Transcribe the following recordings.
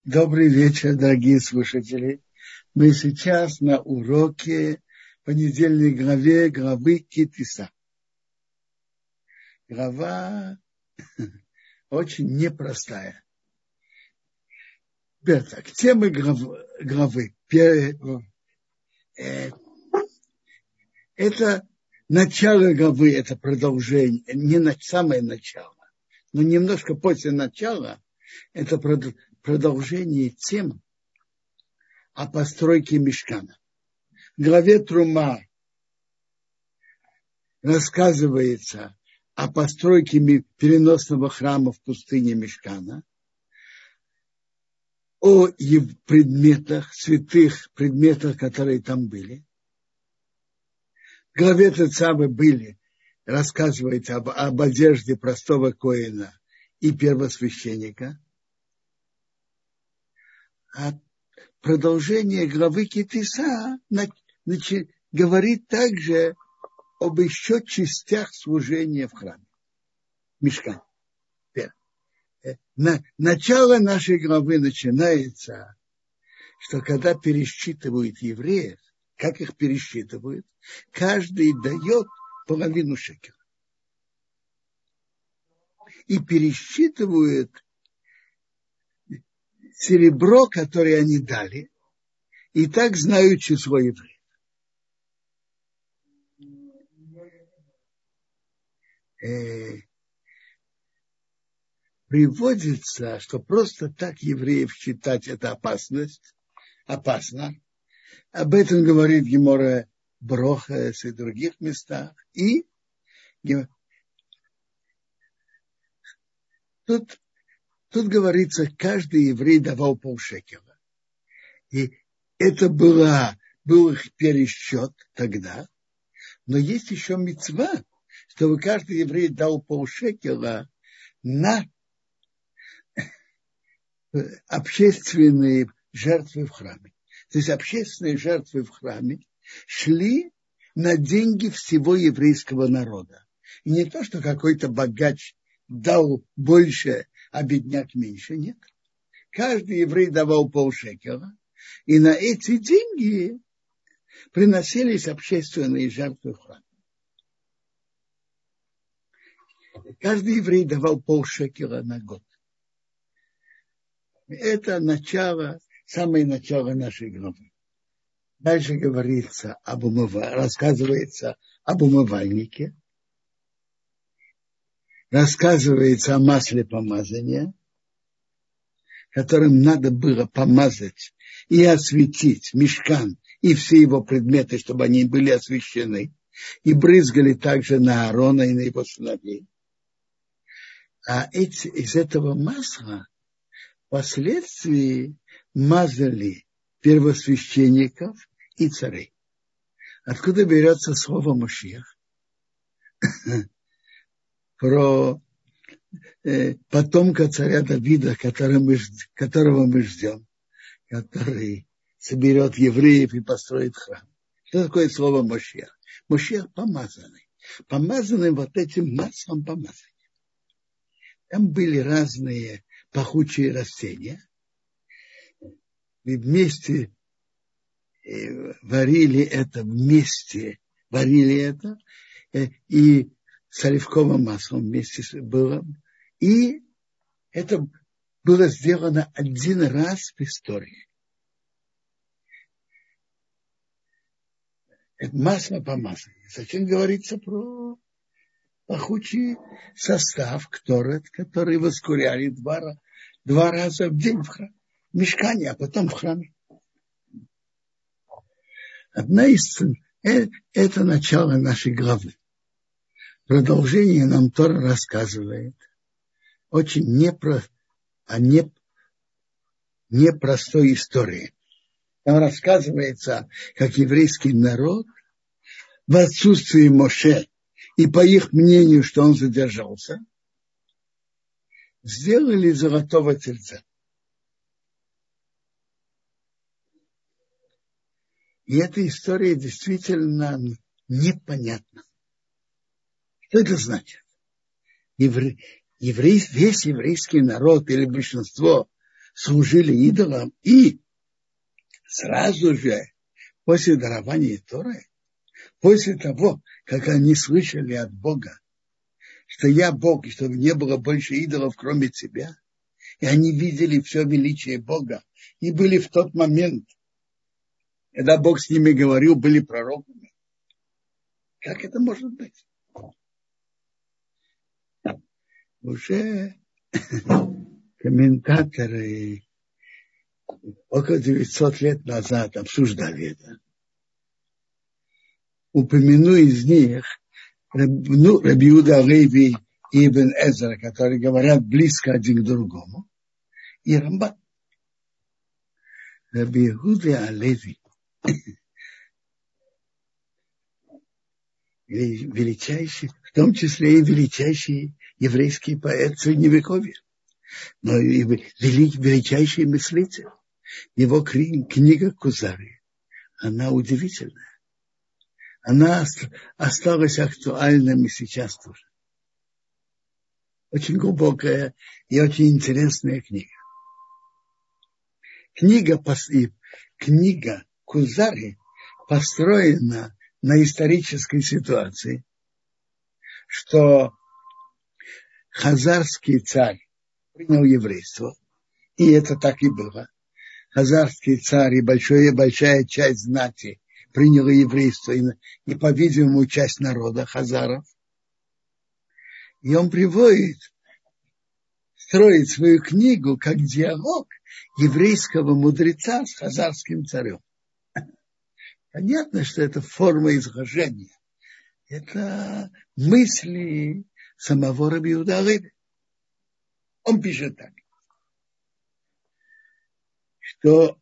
Добрый вечер, дорогие слушатели. Мы сейчас на уроке по недельной главы Ки-Тиса. Глава очень непростая. Теперь так, темы главы. Это начало главы, это продолжение, не самое начало, но немножко после начала это продолжение тем о постройке мишкана. В главе Трума рассказывается о постройке переносного храма в пустыне Мишкана, о предметах, святых предметах, которые там были. В главе Тецавы рассказывается об одежде простого коэна и первосвященника. А продолжение главы Ки-Тиса говорит также об еще частях служения в храме. Мишкан. Начало нашей главы начинается, что когда пересчитывают евреев, как их пересчитывают, каждый дает половину шекеля. И пересчитывают серебро, которое они дали, и так знают число евреев. Приводится, что просто так евреев считать это опасно. Об этом говорит Гемора Брохес и других местах. И тут говорится, каждый еврей давал полшекела. И это был их пересчет тогда. Но есть еще мицва, чтобы каждый еврей дал полшекела на общественные жертвы в храме. То есть общественные жертвы в храме шли на деньги всего еврейского народа. И не то, что какой-то богач дал больше, а бедняк меньше. Нет. Каждый еврей давал полшекела, и на эти деньги приносились общественные жертвы в храме. Каждый еврей давал полшекела на год. Это самое начало нашей главы. Дальше рассказывается об умывальнике, рассказывается о масле помазания, которым надо было помазать и осветить мишкан и все его предметы, чтобы они были освящены, и брызгали также на Аарона и на его сыновей. А из этого масла впоследствии мазали первосвященников и царей. Откуда берется слово Машиах? Про потомка царя Давида, которого мы ждем, который соберет евреев и построит храм. Что такое слово Машиах? Машиах помазанный. Помазанный вот этим маслом помазания. Там были разные пахучие растения. И вместе варили это, и с оливковым маслом вместе было. И это было сделано один раз в истории. Это масло помазания. Зачем говорится про пахучий состав, который воскуряли два раза в день в мишкане, а потом в храме. Это начало нашей главы. Продолжение нам Тора рассказывает очень непростой истории. Там рассказывается, как еврейский народ в отсутствии Моше и по их мнению, что он задержался, сделали золотого тельца. И эта история действительно непонятна. Что это значит? Весь еврейский народ или большинство служили идолам, и сразу же после дарования Торы, после того, как они слышали от Бога, что я Бог, и чтобы не было больше идолов, кроме тебя, и они видели все величие Бога, и были в тот момент, когда Бог с ними говорил, были пророками. Как это может быть? Уже комментаторы около 900 лет назад обсуждали это. Упомяну из них Раби Иуда Алеви и Ибн Эзра, которые говорят близко один к другому, и Рамбан. Раби Иуда Алеви, величайший, в том числе и величайший еврейский поэт Средневековья, но и величайший мыслитель. Его книга Кузари, она удивительная. Она осталась актуальным и сейчас тоже. Очень глубокая и очень интересная книга. Книга Кузари построена на исторической ситуации, что хазарский царь принял еврейство, и это так и было. Хазарский царь и большая часть знати приняла еврейство, и, по-видимому, часть народа хазаров. И он строит свою книгу как диалог еврейского мудреца с хазарским царем. Понятно, что это форма изложения. Это мысли самого Раби Иуда Алеви. Он пишет так, что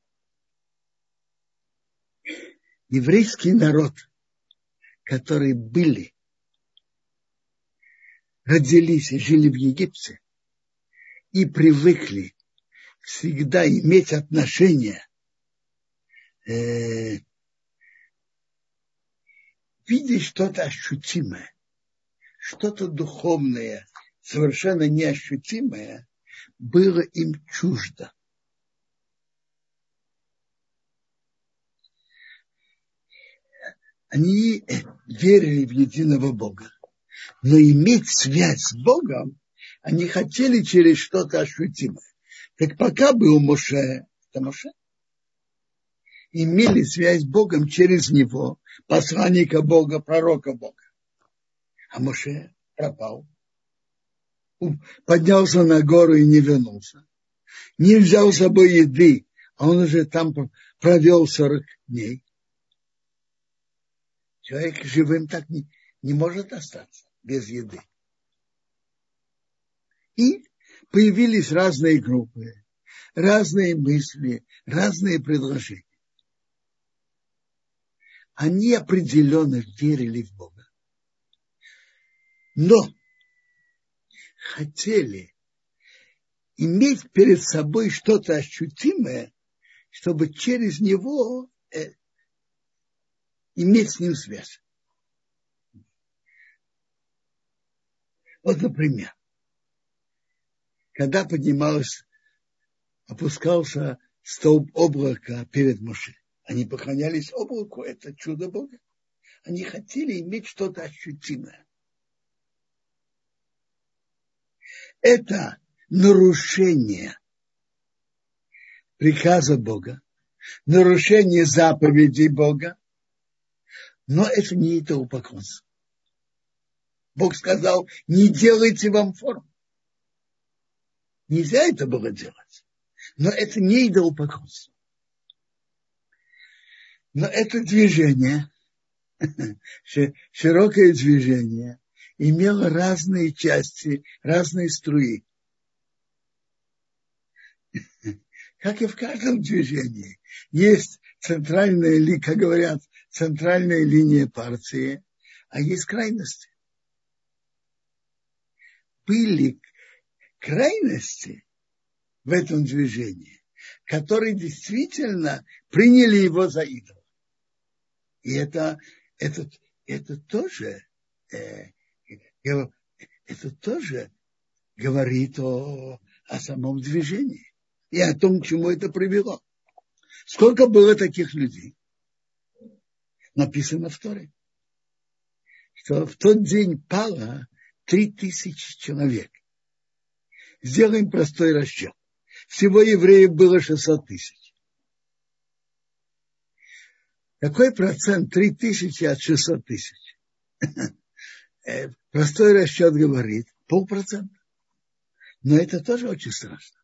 еврейский народ, которые родились и жили в Египте, и привыкли всегда иметь отношения, видеть что-то ощутимое, что-то духовное, совершенно неощутимое, было им чуждо. Они верили в единого Бога, но иметь связь с Богом они хотели через что-то ощутимое. Так пока был Моше, это Моше, имели связь с Богом через него, посланника Бога, пророка Бога. А Моше пропал, поднялся на гору и не вернулся. Не взял с собой еды, а он уже там провел 40 дней. Человек живым так не может остаться без еды. И появились разные группы, разные мысли, разные предложения. Они определенно верили в Бога, но хотели иметь перед собой что-то ощутимое, чтобы через него иметь с ним связь. Вот, например, когда опускался столб облака перед Моше, они поклонялись облаку, это чудо Бога. Они хотели иметь что-то ощутимое. Это нарушение приказа Бога, нарушение заповедей Бога, но это не идолопоклонство. Бог сказал, не делайте вам форму. Нельзя это было делать. Но это не идолопоклонство. Но это движение, широкое движение, имело разные части, разные струи. Как и в каждом движении. Есть центральная, как говорят, центральная линия партии, а есть крайности. Были крайности в этом движении, которые действительно приняли его за идола. И это тоже говорит о самом движении. и о том, к чему это привело. Сколько было таких людей? Написано в Торе, что в тот день пало 3000 человек. Сделаем простой расчет. Всего евреев было 600 тысяч. Какой процент 3000 от 600 тысяч? Простой расчет говорит 0,5%. Но это тоже очень страшно.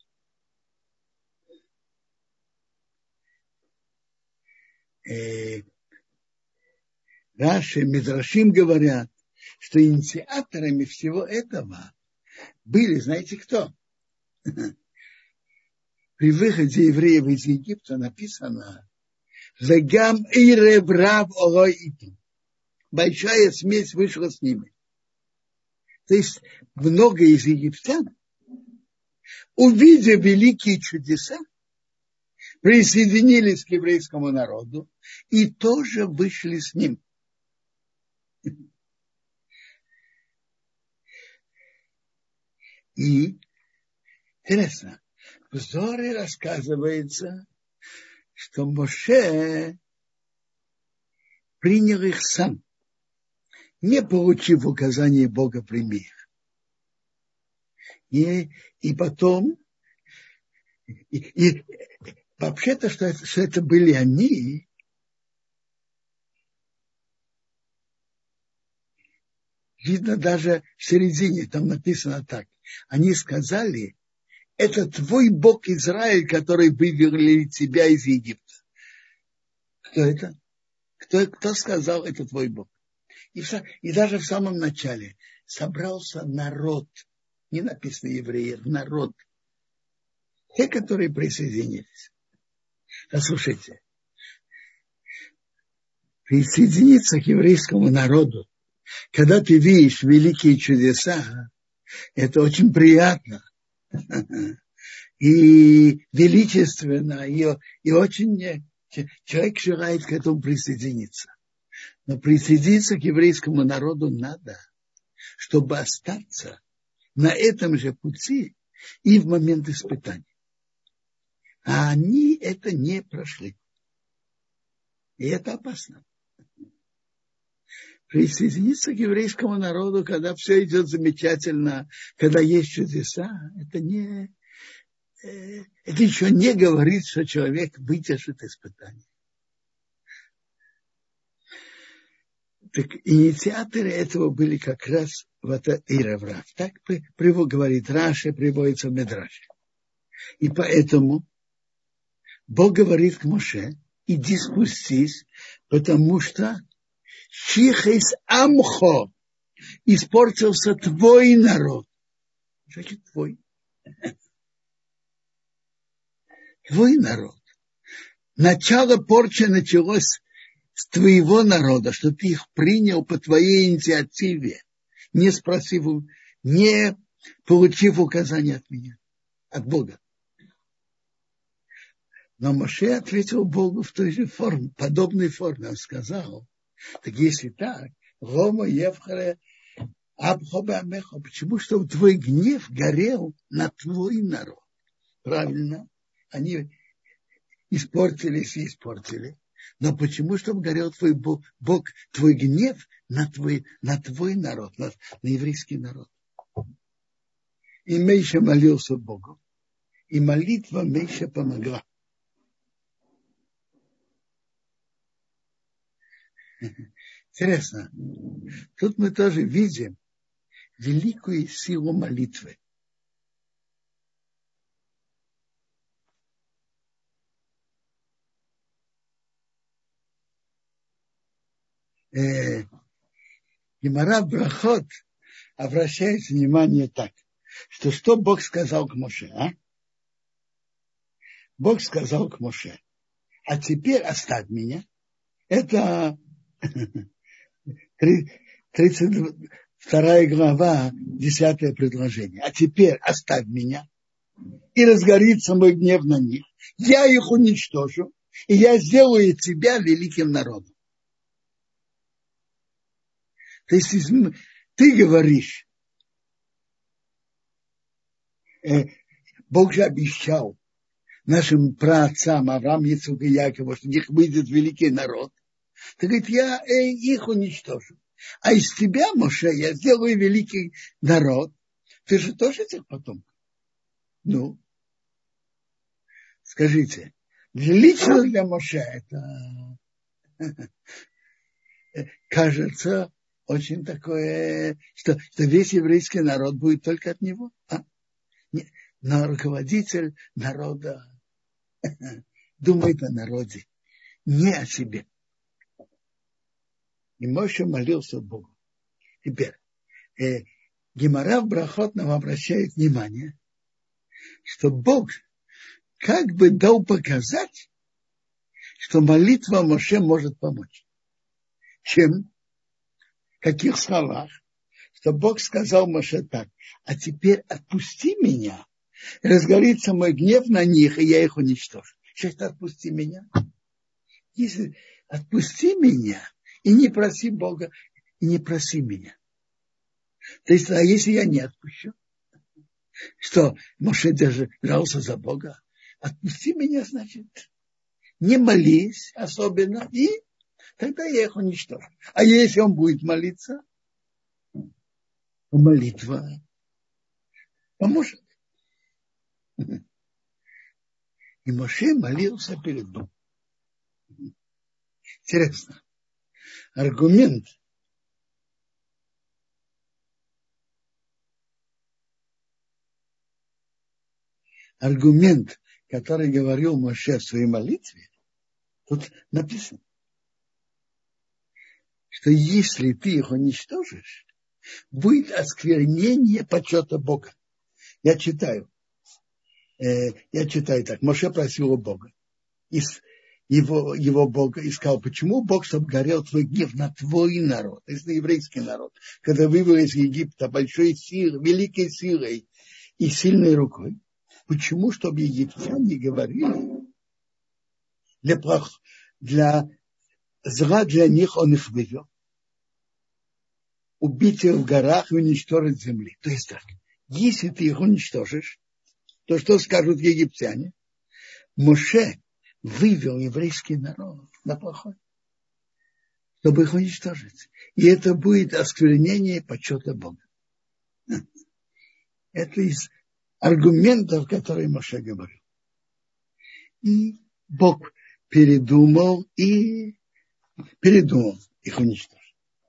Раши, Мидрашим говорят, что инициаторами всего этого были, знаете кто? При выходе евреев из Египта написано «Вегам ирев рав олой иту». Большая смесь вышла с ними. То есть много из египтян, увидя великие чудеса, присоединились к еврейскому народу и тоже вышли с ним. И интересно, в Зоре рассказывается, что Моше принял их сам, не получив указания Бога прими их. И потом, и вообще-то, что это были они, видно даже в середине, там написано так. Они сказали, это твой Бог Израиль, который вывел тебя из Египта. Кто это? Кто сказал, это твой Бог? И даже в самом начале собрался народ, не написано евреев, народ, те, которые присоединились. Послушайте, присоединиться к еврейскому народу, когда ты видишь великие чудеса, это очень приятно и величественно, и очень человек желает к этому присоединиться. Но присоединиться к еврейскому народу надо, чтобы остаться на этом же пути и в момент испытаний. А они это не прошли. И это опасно. Присоединиться к еврейскому народу, когда все идет замечательно, когда есть чудеса, это еще не говорит, что человек выдержит испытание. Так инициаторы этого были как раз Иреврав. Так говорит Раши, приводится в Медраше. И поэтому Бог говорит к Моше, иди спустись, потому что Чихейс Амхо, испортился твой народ. Значит, твой. Твой народ. Начало порчи началось с твоего народа, что ты их принял по твоей инициативе, не спросив, не получив указания от меня, от Бога. Но Моше ответил Богу в той же форме, подобной форме. Он сказал, так если так, Рома Евхаре Абхобе Амехо, почему? Чтобы твой гнев горел на твой народ. Правильно? Они испортились и испортили. Но почему? Чтобы горел твой Бог, твой гнев на твой народ, на еврейский народ. И Мейша молился Богу. И молитва Мейша помогла. Интересно. Тут мы тоже видим великую силу молитвы. Гемара Брахот обращает внимание так, что Бог сказал к Моше, Бог сказал к Моше, а теперь оставь меня. Это 32 глава, 10 предложение. А теперь оставь меня, и разгорится мой гнев на них. Я их уничтожу, и я сделаю тебя великим народом. То есть ты говоришь, Бог же обещал нашим праотцам Аврааму, Ицхаку и Якову, что у них выйдет великий народ. Ты говорит, я их уничтожу. А из тебя, Моше, я сделаю великий народ. Ты же тоже этих потомков. Ну, скажите, лично для Моше это кажется очень такое, что весь еврейский народ будет только от него. Но руководитель народа думает о народе, не о себе. И Моше молился Богу. Теперь, Гемара в Брахот нам обращает внимание, что Бог как бы дал показать, что молитва Моше может помочь. Чем? В каких словах? Что Бог сказал Моше так: а теперь отпусти меня, разгорится мой гнев на них, и я их уничтожу. Сейчас отпусти меня. Если отпусти меня и не проси Бога, и не проси меня. То есть, а если я не отпущу? Что, Моше держался за Бога? Отпусти меня, значит, не молись особенно, и тогда я их уничтожу. А если он будет молиться, то молитва поможет. И Моше молился перед Богом. Интересно. Аргумент, который говорил Моше в своей молитве, тут написано, что если ты их уничтожишь, будет осквернение почета Бога. Я читаю так. Моше просил у Бога. Его Бога и сказал, почему Бог, чтобы горел твой гнев на твой народ, то есть на еврейский народ, когда вывел из Египта большой силой, великой силой и сильной рукой. Почему, чтобы египтяне говорили, для зла для них он их вывел. Убить их в горах и уничтожить земли. То есть так, если ты их уничтожишь, то что скажут египтяне? Моше вывел еврейский народ на плохой, чтобы их уничтожить. И это будет осквернение почета Бога. Это из аргументов, которые Моше говорил. И Бог передумал их уничтожить.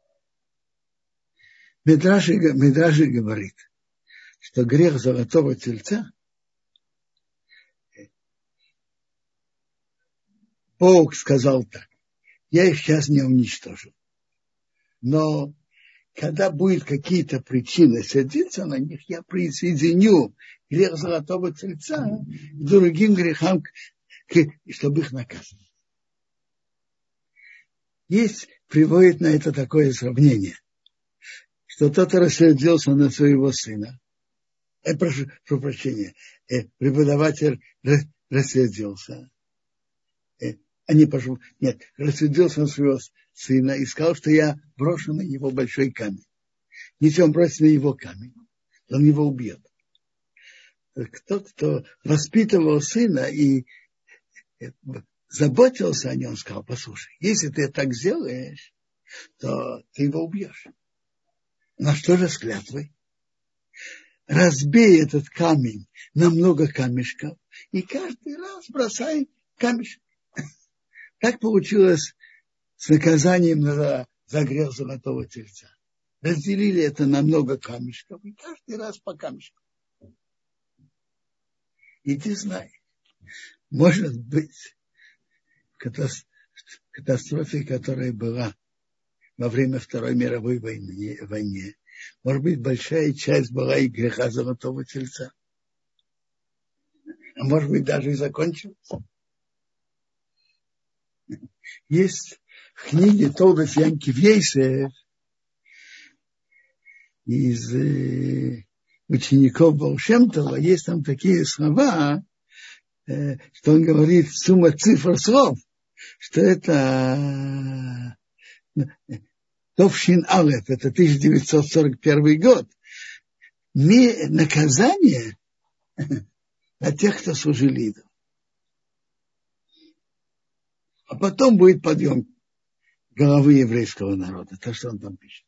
Мидраш говорит, что грех золотого тельца Бог сказал так: я их сейчас не уничтожу. Но когда будут какие-то причины сердиться на них, я присоединю грех золотого тельца к другим грехам, чтобы их наказывать. Приводит на это такое сравнение, что тот рассердился на своего сына. Прошу прощения, преподаватель рассердился. Рассердился на своего сына и сказал, что я брошу на него большой камень. Если он бросит на него камень, он его убьет. Тот, кто воспитывал сына и заботился о нем, сказал: послушай, если ты так сделаешь, то ты его убьешь. На что же с клятвой? Разбей этот камень на много камешков и каждый раз бросай камешек. Так получилось с наказанием за грех золотого тельца. Разделили это на много камешков, и каждый раз по камешку. И ты знаешь, может быть, катастрофе, которая была во время Второй мировой войне, может быть, большая часть была и греха золотого тельца. А может быть, даже и закончилась. Есть в книге Толдот Янкив Йосеф из учеников Баал Шем Това, есть там такие слова, что он говорит сумма цифр слов, что это Товшин Алеф, это 1941 год. Наказание на тех, кто служили идолам. А потом будет подъем головы еврейского народа. То, что он там пишет.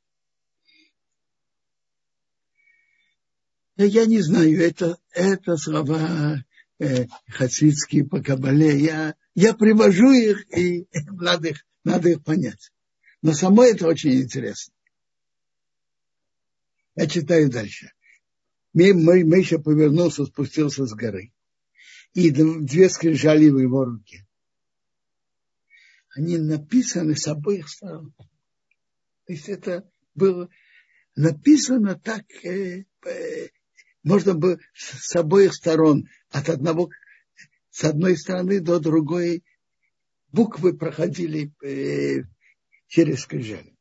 Я не знаю, это слова хасидские по Кабале. Я привожу их, и надо их понять. Но само это очень интересно. Я читаю дальше. Миша повернулся, спустился с горы. И две скрижали в его руке. Они написаны с обоих сторон. То есть это было написано так, можно было с обоих сторон, с одной стороны до другой, буквы проходили через скрижали.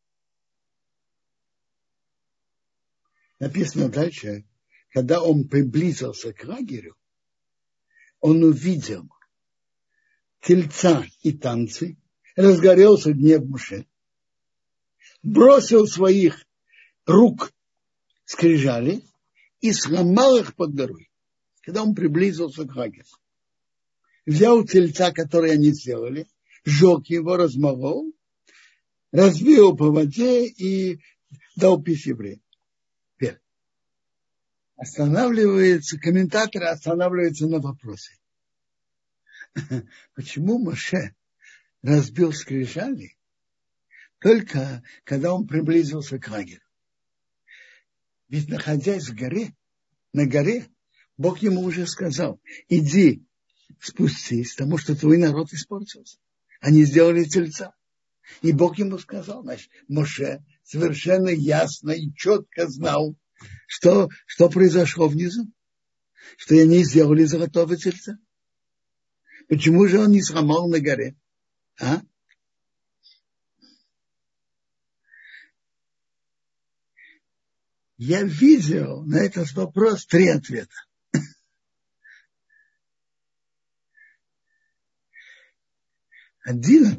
Написано дальше, когда он приблизился к лагерю, он увидел тельца и танцы, разгорелся гнев Моше, бросил своих рук скрижали и сломал их под горой, когда он приблизился к лагерю. Взял тельца, который они сделали, сжег его, размолол, разбил по воде и дал пить евреям. Комментаторы останавливаются на вопросе. Почему Моше разбил скрижали только когда он приблизился к лагерю? Ведь находясь на горе, Бог ему уже сказал, иди, спустись, потому что твой народ испортился. Они сделали тельца. И Бог ему сказал, значит, Моше совершенно ясно и четко знал, что произошло внизу, что они сделали золотого тельца. Почему же он не сломал на горе? Я видел на этот вопрос 3 ответа. Один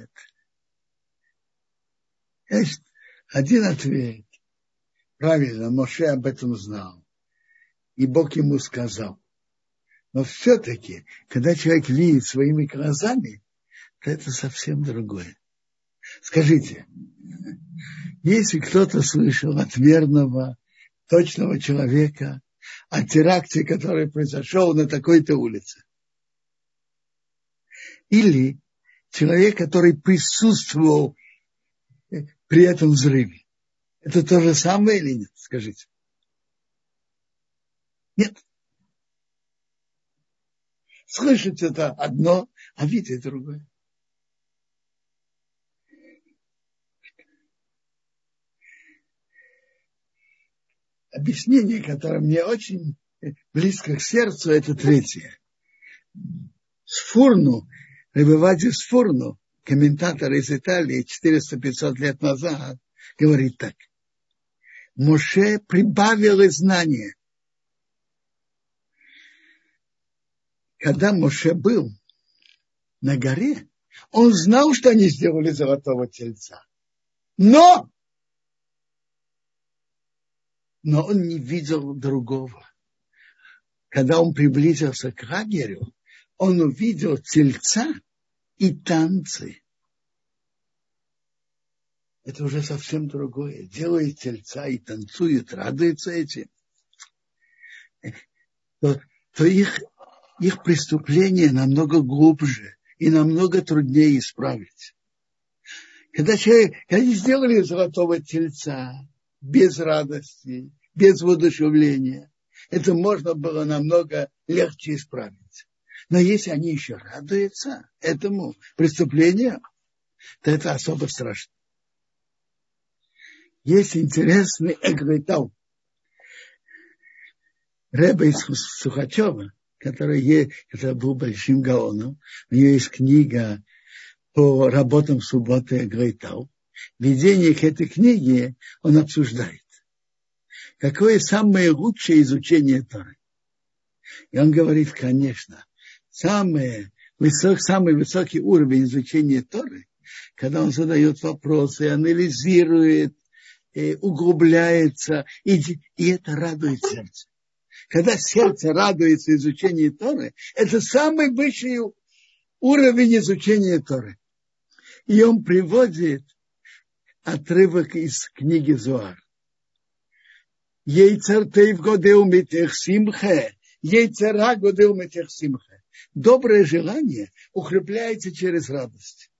ответ. Правильно, Моше об этом знал. И Бог ему сказал. Но все-таки, когда человек видит своими глазами, то это совсем другое. Скажите, если кто-то слышал от верного, точного человека о теракте, который произошел на такой-то улице, или человек, который присутствовал при этом взрыве, это то же самое или нет? Скажите. Нет. Слышать это одно, а видеть другое. Объяснение, которое мне очень близко к сердцу, это 3. Сфурну, Ребе Сфурну, комментатор из Италии 400-500 лет назад, говорит так. Моше прибавил знания. Когда Моше был на горе, он знал, что они сделали золотого тельца. Но он не видел другого. Когда он приблизился к лагерю, он увидел тельца и танцы. Это уже совсем другое. Делают тельца и танцуют, радуются этим. То их преступление намного глубже и намного труднее исправить. Когда они сделали золотого тельца без радости, без воодушевления, это можно было намного легче исправить. Но если они еще радуются этому преступлению, то это особо страшно. Есть интересный Эгрейтал, Ребе из Сухачева, который был большим гаоном. У него есть книга по работам субботы Эгрейтал. В видениях этой книги он обсуждает, какое самое лучшее изучение Торы. И он говорит, конечно, самый высокий уровень изучения Торы, когда он задает вопросы, анализирует, углубляется, и это радует сердце. Когда сердце радуется изучению Торы, это самый высший уровень изучения Торы. И он приводит отрывок из книги Зоар. Ейцер годел митех симхе, ейцера годел митех симхе. Доброе желание укрепляется через радость.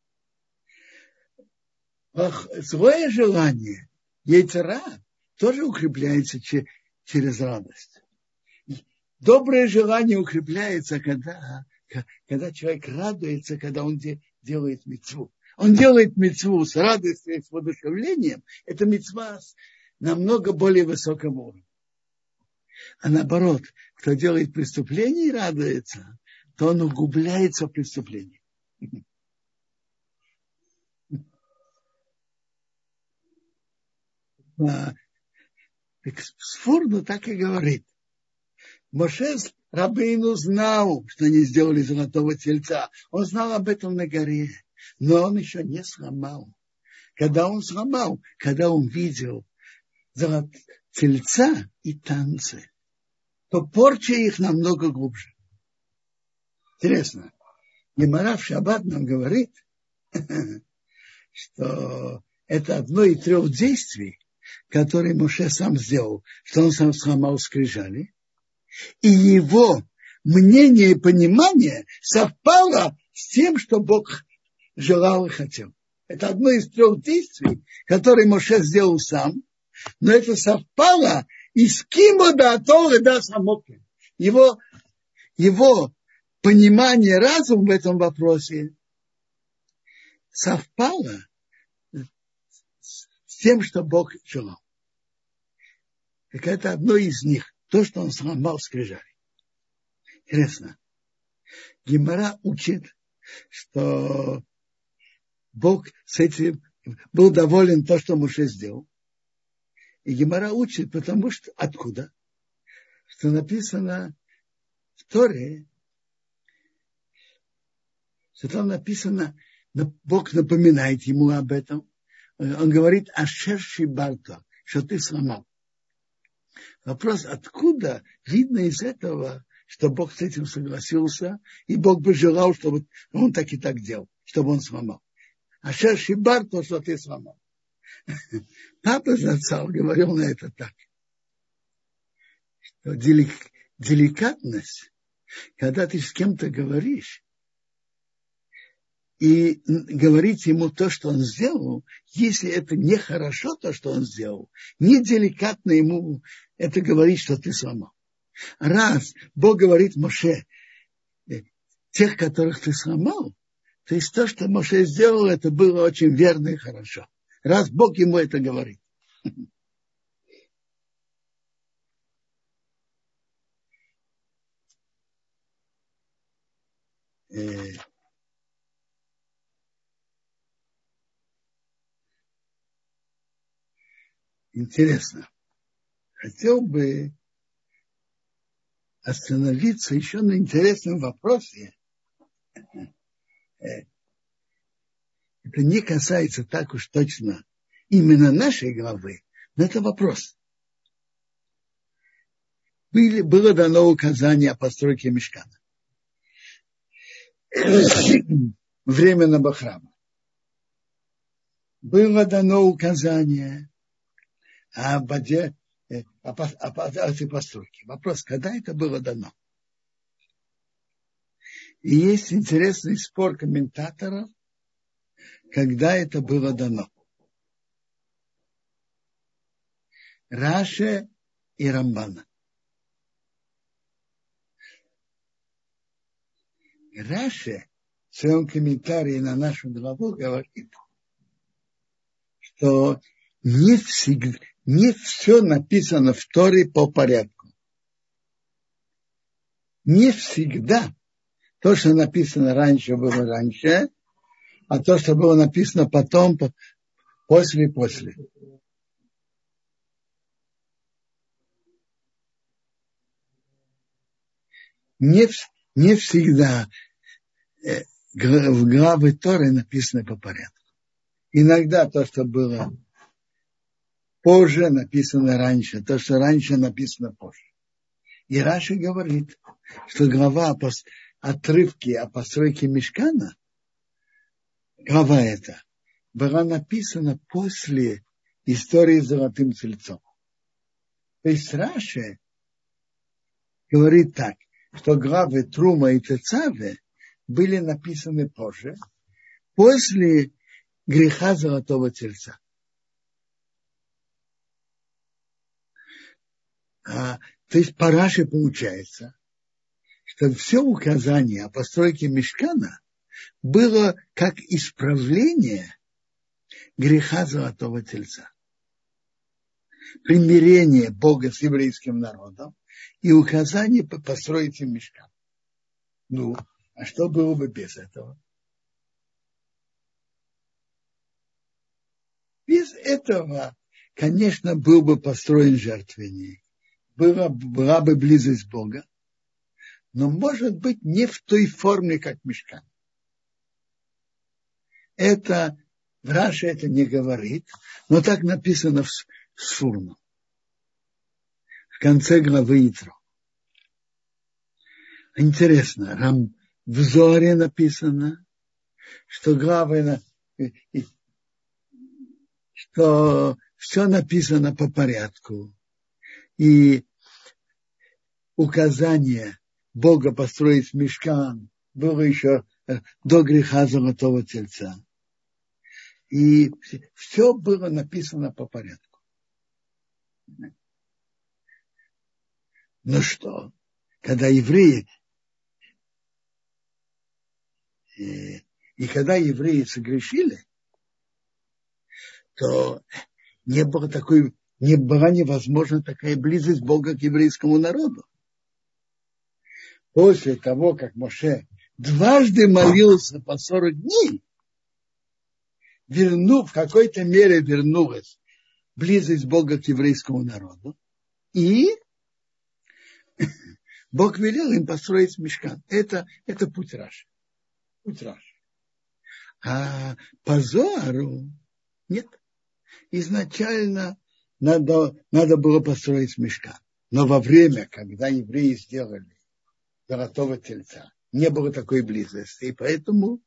Злое желание, ейцера, тоже укрепляется через радость. Доброе желание укрепляется, когда человек радуется, когда он делает мицву. Он делает мицву с радостью и с воодушевлением. Это мицва намного более высокого уровня. А наоборот, кто делает преступление и радуется, то он углубляется в преступление. Сфурну так и говорит. Моше Рабейну знал, что они сделали золотого тельца. Он знал об этом на горе, но он еще не сломал. Когда он сломал, когда он видел тельца и танцы, то порча их намного глубже. Интересно. Гемара в Шаббат нам говорит, что это одно из 3 действий, которые Моше сам сделал, что он сам сломал скрижали, и его мнение и понимание совпало с тем, что Бог желал и хотел. Это одно из 3 действий, которые Моше сделал сам, но это совпало и с кимода Торы да самоки. Его понимание, разум в этом вопросе совпало с тем, что Бог желал. Так это одно из них. То, что он сломал скрижали. Интересно. Гемара учит, что Бог с этим был доволен то, что Моше сделал. И Гемара учит, потому что откуда? Что написано в Торе, что там написано, Бог напоминает ему об этом. Он говорит, ашер шибарта, что ты сломал. Вопрос, откуда видно из этого, что Бог с этим согласился, и Бог бы желал, чтобы он так и так делал, чтобы он сломал. Ашер шибар, то, что ты сломал. Папа Зацал говорил на это так, что деликатность, когда ты с кем-то говоришь, и говорить ему то, что он сделал, если это нехорошо, то, что он сделал, неделикатно ему это говорить, что ты сломал. Раз Бог говорит Моше, тех, которых ты сломал, то есть то, что Моше сделал, это было очень верно и хорошо. Раз Бог ему это говорит. Интересно. Хотел бы остановиться еще на интересном вопросе. Это не касается так уж точно именно нашей главы, но это вопрос. Было дано указание о постройке мишкана. Временного храма. Было дано указание об этой постройке. Вопрос, когда это было дано? И есть интересный спор комментаторов, когда это было дано. Раши и Рамбана. Раши в своем комментарии на нашу главу говорит, что не все написано в Торе по порядку. Не всегда то, что написано раньше, было раньше, а то, что было написано потом, после. Не всегда в главы Торы написано по порядку. Иногда то, что было позже, написано раньше. То, что раньше, написано позже. И Раши говорит, что глава отрывки о постройке мишкана, глава эта, была написана после истории с золотым тельцом. То есть Раши говорит так, что главы Трума и Тецаве были написаны позже, после греха золотого тельца. То есть по Раши получается, что все указание о постройке мишкана было как исправление греха золотого тельца. Примирение Бога с еврейским народом и указание построить им мишкан. Ну, а что было бы без этого? Без этого, конечно, был бы построен жертвенник, была бы близость Бога, но, может быть, не в той форме, как мишкан. Это в Раши это не говорит, но так написано в Сфурно, в конце главы Итро. Интересно, в Зоре написано, что главы, что все написано по порядку, и указание Бога построить мишкан было еще до греха золотого тельца. И все было написано по порядку. Но что, когда евреи согрешили, то не была невозможна такая близость Бога к еврейскому народу. После того, как Моше дважды молился по 40 дней, в какой-то мере вернулась близость Бога к еврейскому народу, и Бог велел им построить мишкан. Это путь Раши. А по Зоару нет. Изначально надо было построить мишкан. Но во время, когда евреи сделали золотого тельца, не было такой близости. И поэтому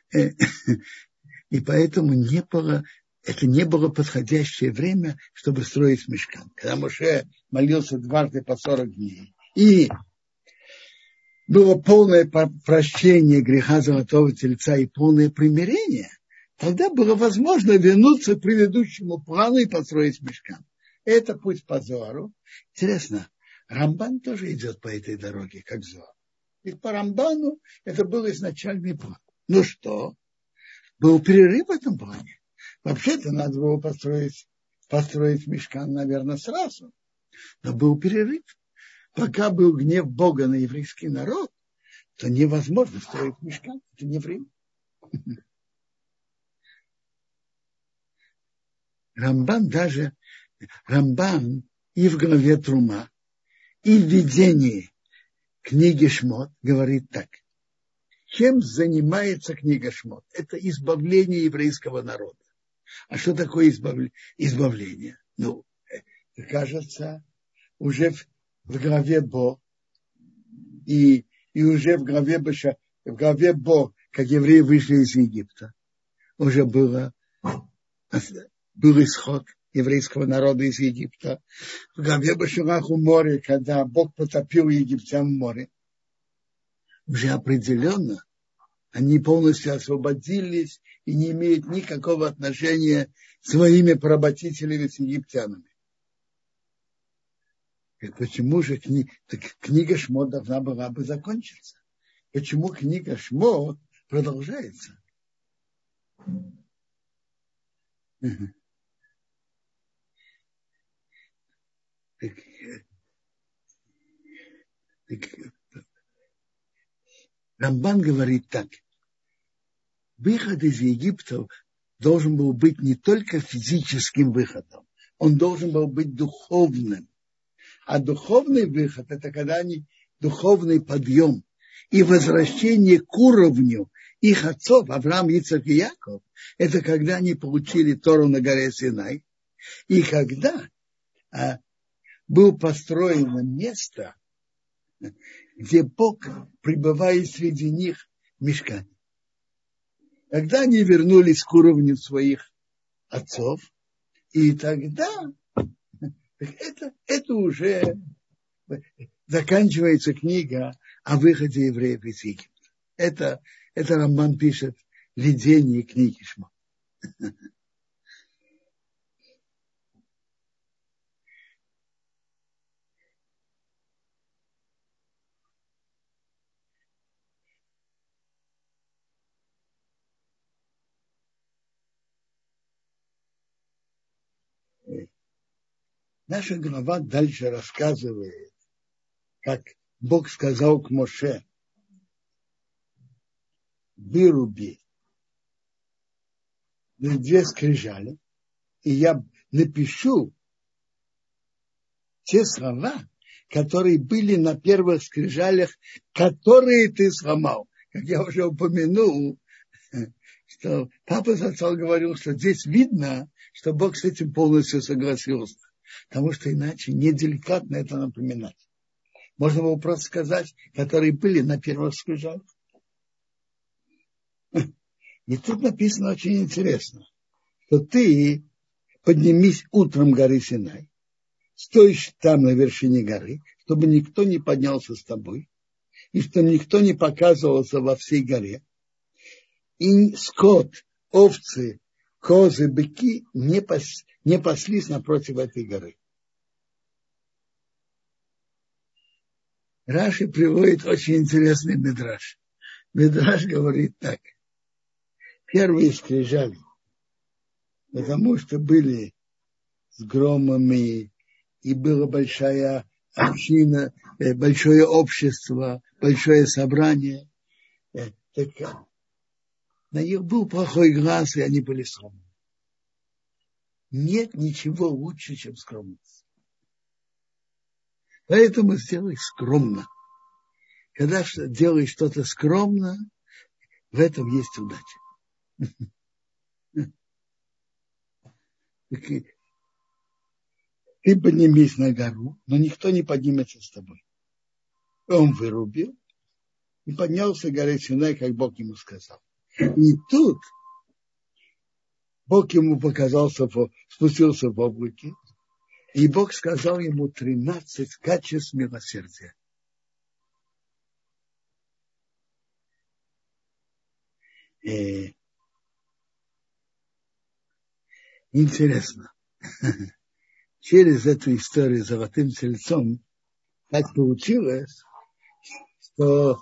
это не было подходящее время, чтобы строить мишкан. Когда Моше молился дважды по 40 дней, и было полное прощение греха золотого тельца и полное примирение, тогда было возможно вернуться к предыдущему плану и построить мишкан. Это путь по Зоару. Интересно, Рамбан тоже идет по этой дороге, как Зоар. И по Рамбану это был изначальный план. Ну что? Был перерыв в этом плане. Вообще-то надо было построить мишкан, наверное, сразу. Но был перерыв. Пока был гнев Бога на еврейский народ, то невозможно строить мишкан. Это не время. Рамбан и в главе Трума, и в видении книги Шмот говорит так. Чем занимается книга Шмот? Это избавление еврейского народа. А что такое избавление? Ну, кажется, уже в главе Бо и уже в главе Бо, как евреи вышли из Египта, уже был исход еврейского народа из Египта. В главе Башурах у моря, когда Бог потопил египтян в море, уже определенно они полностью освободились и не имеют никакого отношения с своими поработителями, с египтянами. И почему же книга Шмот должна была бы закончиться? Почему книга Шмот продолжается? Рамбан говорит так. Выход из Египта должен был быть не только физическим выходом, он должен был быть духовным. А духовный выход – это когда духовный подъем и возвращение к уровню их отцов, Авраам, Ицхак и Яков, это когда они получили Тору на горе Синай, и когда было построено место, где Бог пребывает среди них в мишкане. Когда они вернулись к уровню своих отцов, и тогда это уже заканчивается книга о выходе евреев из Египта. Это Рамбам пишет в видении книги Шмо. Наша глава дальше рассказывает, как Бог сказал к Моше: выруби 2 скрижали, и я напишу те слова, которые были на первых скрижалях, которые ты сломал. Как я уже упомянул, что папа Зацал говорил, что здесь видно, что Бог с этим полностью согласился, потому что иначе неделикатно это напоминать. Можно было просто сказать, которые были на первых скрижалях. И тут написано очень интересно, что ты поднимись утром горы Синай, стоишь там на вершине горы, чтобы никто не поднялся с тобой, и чтобы никто не показывался во всей горе. И скот, овцы, козы, быки не паслись напротив этой горы. Раши приводит очень интересный мидраш. Мидраш говорит так: первые скрижали, потому что были с громами, и была большая община, большое общество, большое собрание. Так на них был плохой глаз, и они были скромны. Нет ничего лучше, чем скромность. Поэтому сделай скромно. Когда делаешь что-то скромно, в этом есть удача. Ты поднимись на гору, но никто не поднимется с тобой. Он вырубил и поднялся к горе Синай, как Бог ему сказал. И тут Бог ему показался, спустился в облаке, и Бог сказал ему 13 качеств милосердия. Интересно. Через эту историю с золотым тельцом так получилось, что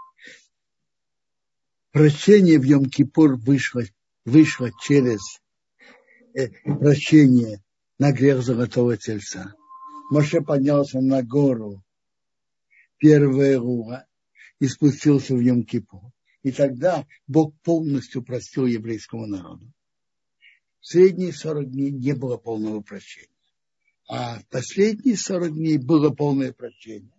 прощение в Йом-Кипур вышло через прощение на грех золотого тельца. Моше поднялся на гору первая руа и спустился в Йом-Кипур. И тогда Бог полностью простил еврейскому народу. В средние 40 дней не было полного прощения. А в последние 40 дней было полное прощение.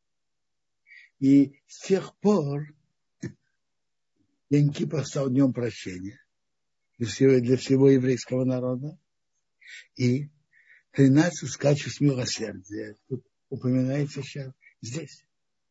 И с тех пор Йом-Кипур стал днем прощения для всего еврейского народа. И 13 качеств милосердия тут упоминается сейчас здесь.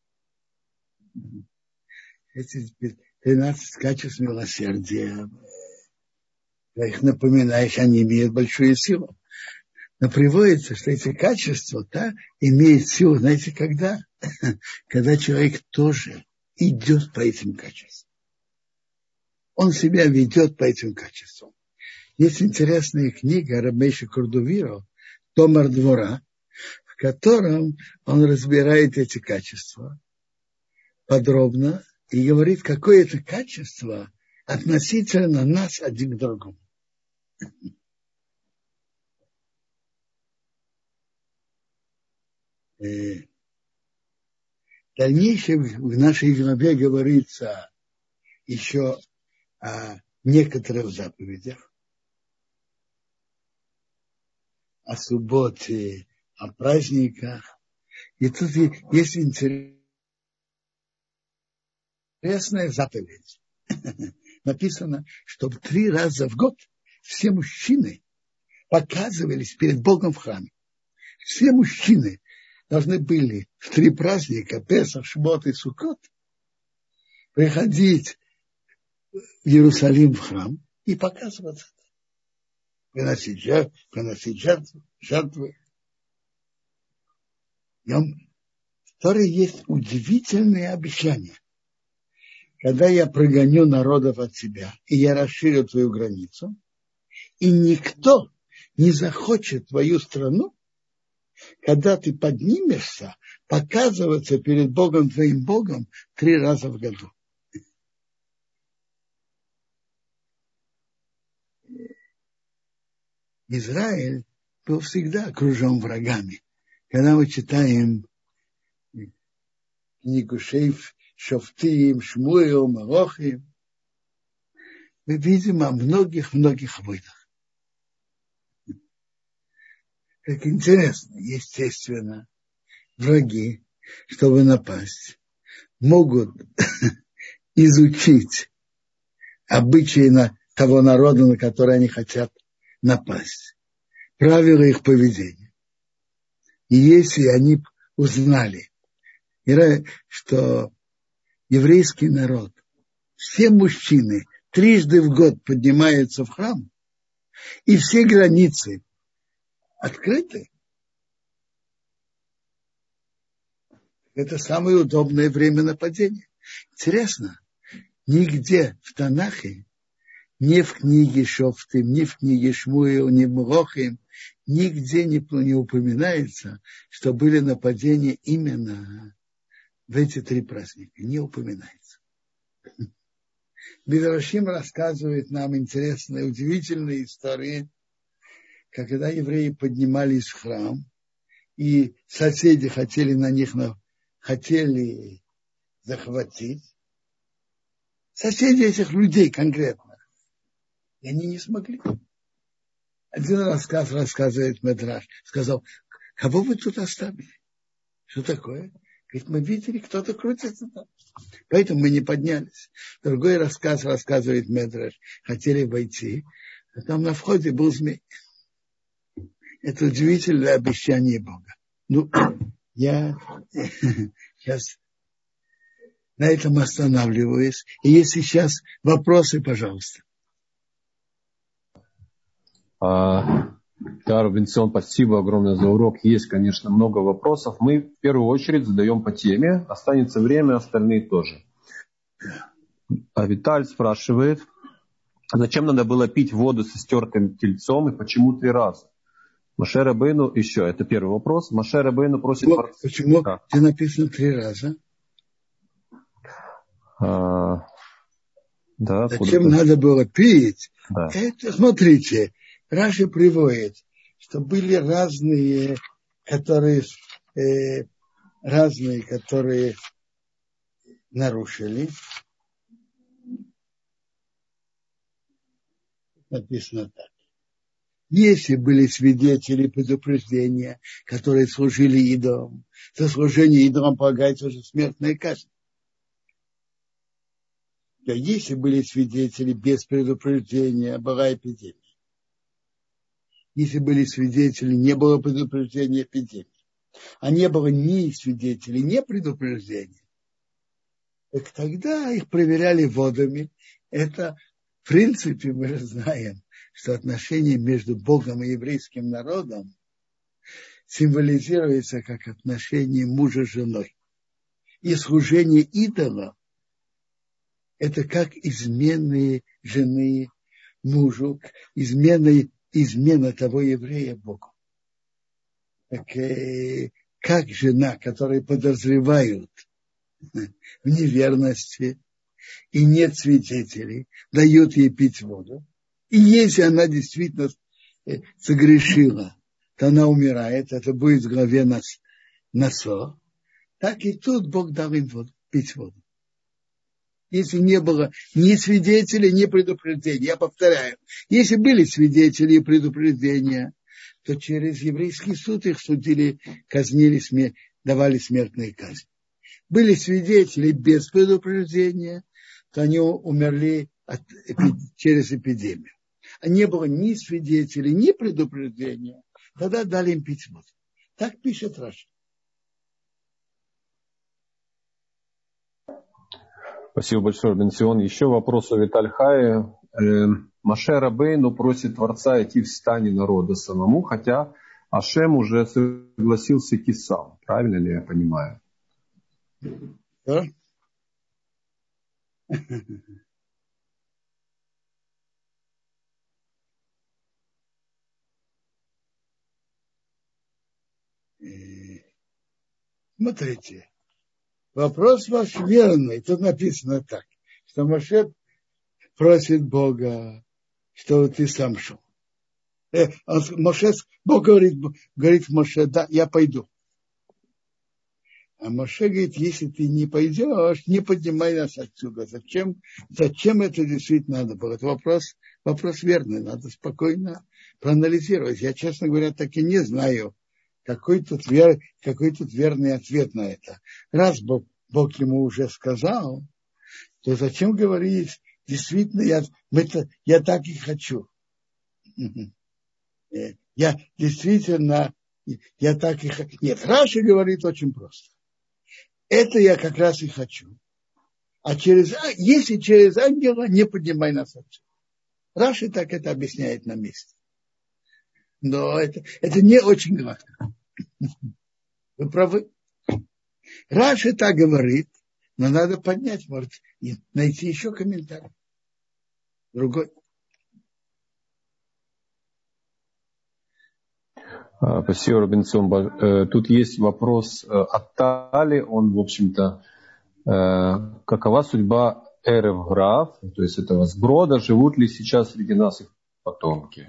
Эти 13 качеств милосердия, когда их напоминаешь, они имеют большую силу. Но приводится, что эти качества имеют силу, знаете, когда? Когда человек тоже идет по этим качествам. Он себя ведет по этим качествам. Есть интересная книга Рабейша Кордувиро «Томар двора», в котором он разбирает эти качества подробно и говорит, какое это качество относительно нас один к другому. В дальнейшем в нашей главе говорится еще о некоторых заповедях, о субботе, о праздниках. И тут есть интересная заповедь. Написано, чтобы 3 раза в год все мужчины показывались перед Богом в храме. Все мужчины должны были в 3 праздника, Песах, Шмот и Суккот, приходить в Иерусалим в храм и показываться, приносить жертвы. В Торе есть удивительные обещания. Когда я прогоню народов от себя, и я расширю твою границу, и никто не захочет твою страну, когда ты поднимешься, показываться перед Богом, твоим Богом, 3 раза в году. Израиль был всегда окружен врагами. Когда мы читаем книгу Шофтим, Шмуэл, Малохим, мы видим о многих-многих войнах. Как интересно, естественно, враги, чтобы напасть, могут изучить обычаи того народа, на который они хотят напасть, правила их поведения. И если они узнали, что еврейский народ, все мужчины 3 в год поднимаются в храм, и все границы открыты, это самое удобное время нападения. Интересно, нигде в Танахе, ни в книге Шофтим, ни в книге Шмуэл, ни в Малохим, нигде не упоминается, что были нападения именно в эти 3 праздника. Не упоминается. Мидрашим рассказывает нам интересные, удивительные истории, когда евреи поднимались в храм, и соседи хотели захватить. Соседи этих людей конкретно. И они не смогли. Один рассказывает Медраш, сказал, кого вы тут оставили? Что такое? Говорит, мы видели, кто-то крутится там. Поэтому мы не поднялись. Другой рассказывает Медраш, хотели войти, а там на входе был змей. Это удивительное обещание Бога. Я сейчас на этом останавливаюсь. И если сейчас вопросы, пожалуйста. Да, Бенсон, спасибо огромное за урок. Есть, конечно, много вопросов. Мы в первую очередь задаем по теме. Останется время, остальные тоже. Виталь спрашивает, зачем надо было пить воду со стертым тельцом и почему 3 раза? Моше Рабейну еще, это первый вопрос. Моше Рабейну просит... Почему здесь написано 3 раза? Да, зачем надо было пить? Да. Это, смотрите, Раши приводит, что были разные, которые нарушили. Написано так. Если были свидетели предупреждения, которые служили идолам, за служение идолам полагается уже смертная казнь. А если были свидетели без предупреждения, была эпидемия. Если были свидетели, не было предупреждения, эпидемии. А не было ни свидетелей, ни предупреждения. Так тогда их проверяли водами. Это, в принципе, мы же знаем, что отношения между Богом и еврейским народом символизируется как отношение мужа с женой. И служение идолам – это как измены жены мужу, измена того еврея Богу. Так, как жена, которую подозревают в неверности и нет свидетелей, дает ей пить воду. И если она действительно согрешила, то она умирает, это будет в главе Насо. Так и тут Бог дал им пить воду. Если не было ни свидетелей, ни предупреждения. Я повторяю, если были свидетели и предупреждения, то через еврейский суд их судили, казнили, давали смертные казни. Были свидетели без предупреждения, то они умерли через эпидемию. А не было ни свидетелей, ни предупреждения, тогда дали им пить воду. Так пишет Раши. Спасибо большое, Бенсион. Еще вопрос у Витальхая. Моше Рабейну просит Творца идти в стане народа самому, хотя Ашем уже согласился идти сам. Правильно ли я понимаю? Да? Смотрите, вопрос ваш верный. Тут написано так, что Моше просит Бога, чтобы ты сам шел. Бог говорит Моше, да, я пойду. А Моше говорит, если ты не пойдешь, не поднимай нас отсюда. Зачем это действительно надо было? Это вопрос верный, надо спокойно проанализировать. Я, честно говоря, так и не знаю, какой тут верный ответ на это. Раз Бог ему уже сказал, то зачем говорить, действительно, я так и хочу. Я так и хочу. Нет, Раши говорит очень просто. Это я как раз и хочу. А если через ангела, не поднимай нас отсюда. Раши так это объясняет на месте. Но это не очень гладко. Вы правы. Раши так говорит, но надо поднять, может, и найти еще комментарий. Другой. Спасибо, Робинсон. Тут есть вопрос от Тали. Он, в общем-то, какова судьба Эрев Граф, то есть этого сброда, живут ли сейчас среди нас их потомки?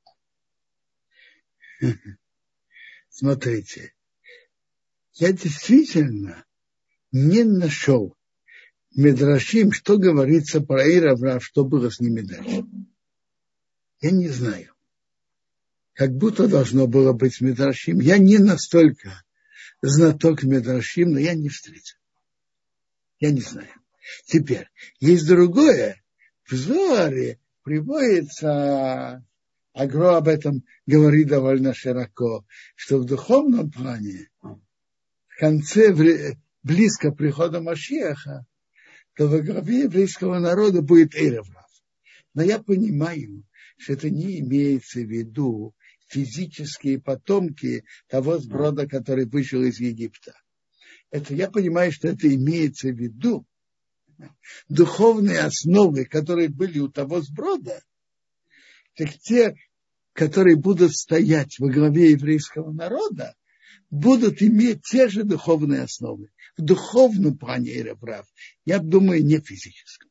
Смотрите, я действительно не нашел Мидрашим, что говорится про Эрев Граф, что было с ними дальше. Я не знаю. Как будто должно было быть Мидрашим. Я не настолько знаток Мидрашим, но я не встретил. Я не знаю. Теперь, есть другое. В Зоаре приводится, Агро об этом говорит довольно широко, что в духовном плане, в конце, близко прихода Машиаха, то во главе еврейского народа будет Эрев Граф. Но я понимаю, что это не имеется в виду физические потомки того сброда, который вышел из Египта. Я понимаю, что это имеется в виду духовные основы, которые были у того сброда, так те, которые будут стоять во главе еврейского народа, будут иметь те же духовные основы. В духовном плане Эрев Граф, я думаю, не физическом.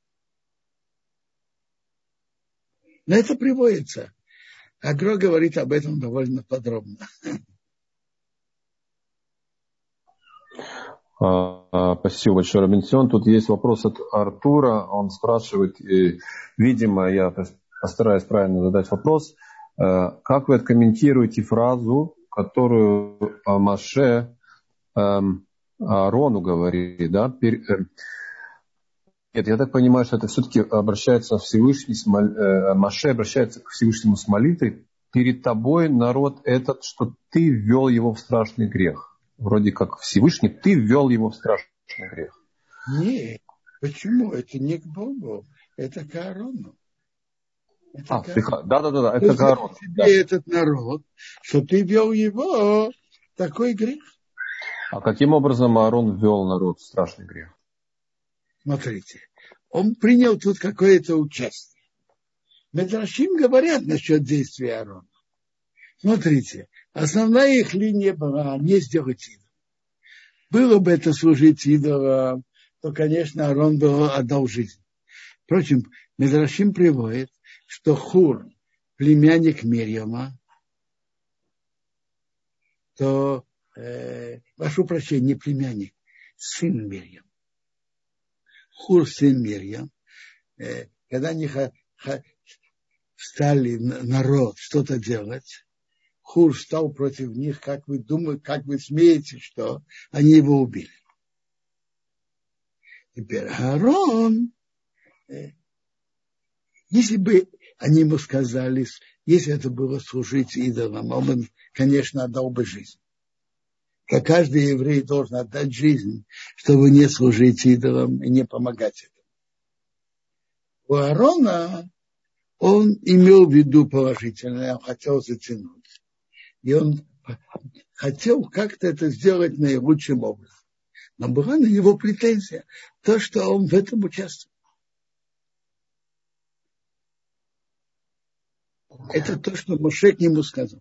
Но это приводится. Агро говорит об этом довольно подробно. Спасибо большое, Робинсон. Тут есть вопрос от Артура. Он спрашивает, видимо, я постараюсь правильно задать вопрос. Как вы откомментируете фразу, которую Моше Аарону говорит, да? Нет, я так понимаю, что это все-таки обращается Всевышний, Моше обращается к Всевышнему с молитвой. Перед тобой народ этот, что ты ввел его в страшный грех. Вроде как Всевышний, ты ввел его в страшный грех. Нет, почему? Это не к Богу, это к Аарону. Да, это к Аарону. Да. Этот народ, что ты ввел его в такой грех. А каким образом Аарон ввел народ в страшный грех? Смотрите, он принял тут какое-то участие. Медрашим говорят насчет действия Аарона. Смотрите, основная их линия была не сделать идол. Было бы это служить идолам, то, конечно, Аарон бы отдал жизнь. Впрочем, Медрашим приводит, что Хур, племянник Мирьяма, то, прошу прощения, не племянник, сын Мирьям. Хур, сын Мирьям, когда они стали народ что-то делать, Хур стал против них, как вы думаете, как вы смеете, что они его убили. Теперь Аарон, если бы они ему сказали, если это было служить идолам, он, конечно, отдал бы жизнь. Как каждый еврей должен отдать жизнь, чтобы не служить идолам и не помогать этому. У Аарона он имел в виду положительное, он хотел затянуть. И он хотел как-то это сделать наилучшим образом. Но была на него претензия, то, что он в этом участвовал. Это то, что Моше к нему сказал.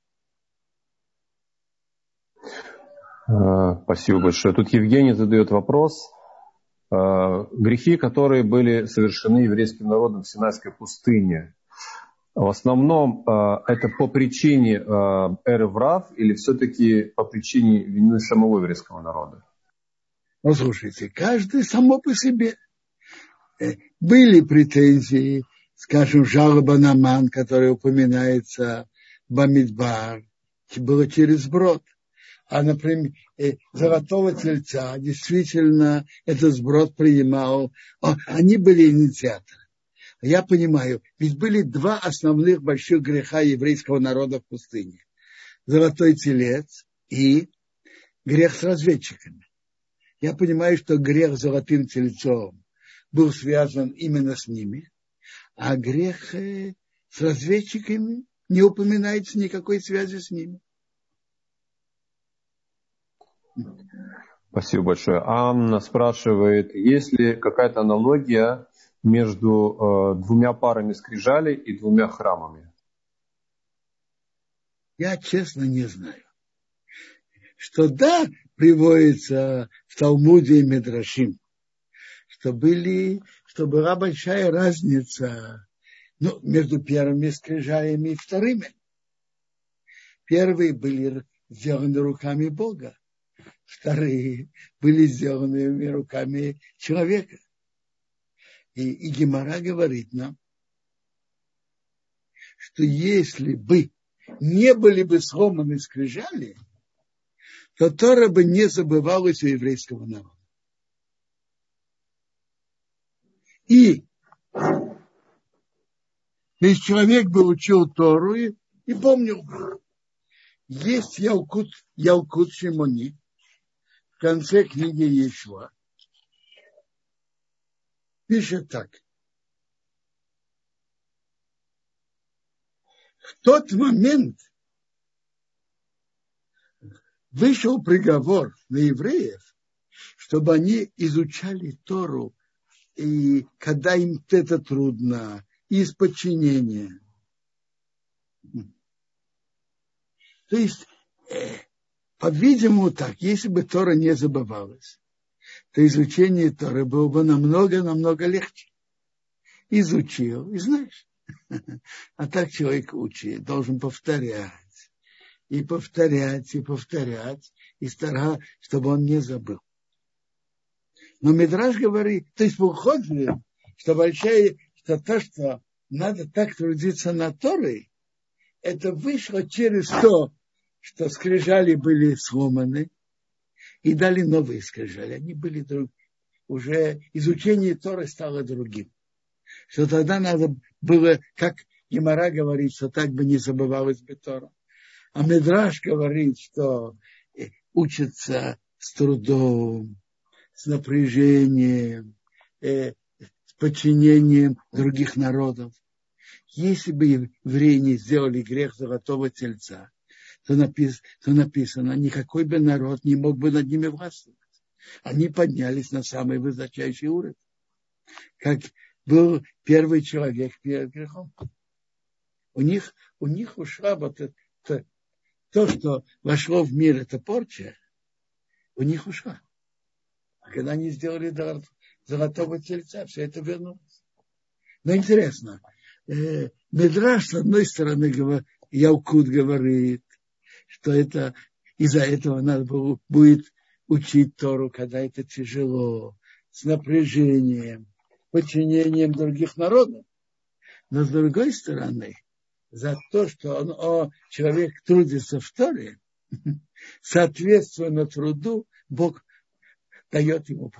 Спасибо большое. Тут Евгений задает вопрос. Грехи, которые были совершены еврейским народом в Синайской пустыне, в основном это по причине эрев рав или все-таки по причине вины самого еврейского народа? Ну, слушайте, каждый само по себе. Были претензии, скажем, жалоба на ман, которая упоминается в Бамидбар, было через сброд. А, например, золотого тельца, действительно, этот сброд принимал. Они были инициаторы. Я понимаю, ведь были два основных больших греха еврейского народа в пустыне. Золотой телец и грех с разведчиками. Я понимаю, что грех с золотым тельцом был связан именно с ними, а грех с разведчиками не упоминается никакой связи с ними. Спасибо большое. Анна спрашивает, есть ли какая-то аналогия между двумя парами скрижалей и двумя храмами? Я честно не знаю. Что да, приводится в Талмуде и Мидрашим, что была большая разница между первыми скрижалями и вторыми. Первые были сделаны руками Бога, вторые были сделаны руками человека. И Гемара говорит нам, что если бы не были бы сломаны скрижали, то Тора бы не забывалась у еврейского народа. И то есть человек бы учил Тору и помнил. Есть Ялкут Шимони в конце книги Йешуа. Пишет так. В тот момент вышел приговор на евреев, чтобы они изучали Тору, и когда им это трудно, из подчинения. То есть, по-видимому, так, если бы Тора не забывалась, то изучение Торы было бы намного легче. Изучил, и знаешь. А так человек учит, должен повторять, и повторять, и стараться, чтобы он не забыл. Но Мидраш говорит, то есть выходит, что то, что надо так трудиться над Торой, это вышло через то, что скрижали были сломаны, и дали новые скрижали. Они были уже изучение Торы стало другим. Что тогда надо было, как Гемара говорит, что так бы не забывалась бы Тора. А Мидраш говорит, что учатся с трудом, с напряжением, с подчинением других народов. Если бы евреи не сделали грех золотого тельца, то написано, никакой бы народ не мог бы над ними властвовать. Они поднялись на самый высочайший уровень. Как был первый человек перед грехом. У них ушла вот это, то, что вошло в мир, это порча, у них ушла. А когда они сделали золотого тельца, все это вернулось. Но интересно, Мидраш, с одной стороны, Ялкут говорит, что это из-за этого надо будет учить Тору, когда это тяжело, с напряжением, подчинением других народов. Но с другой стороны, за то, что человек трудится в Торе, соответственно труду, Бог дает ему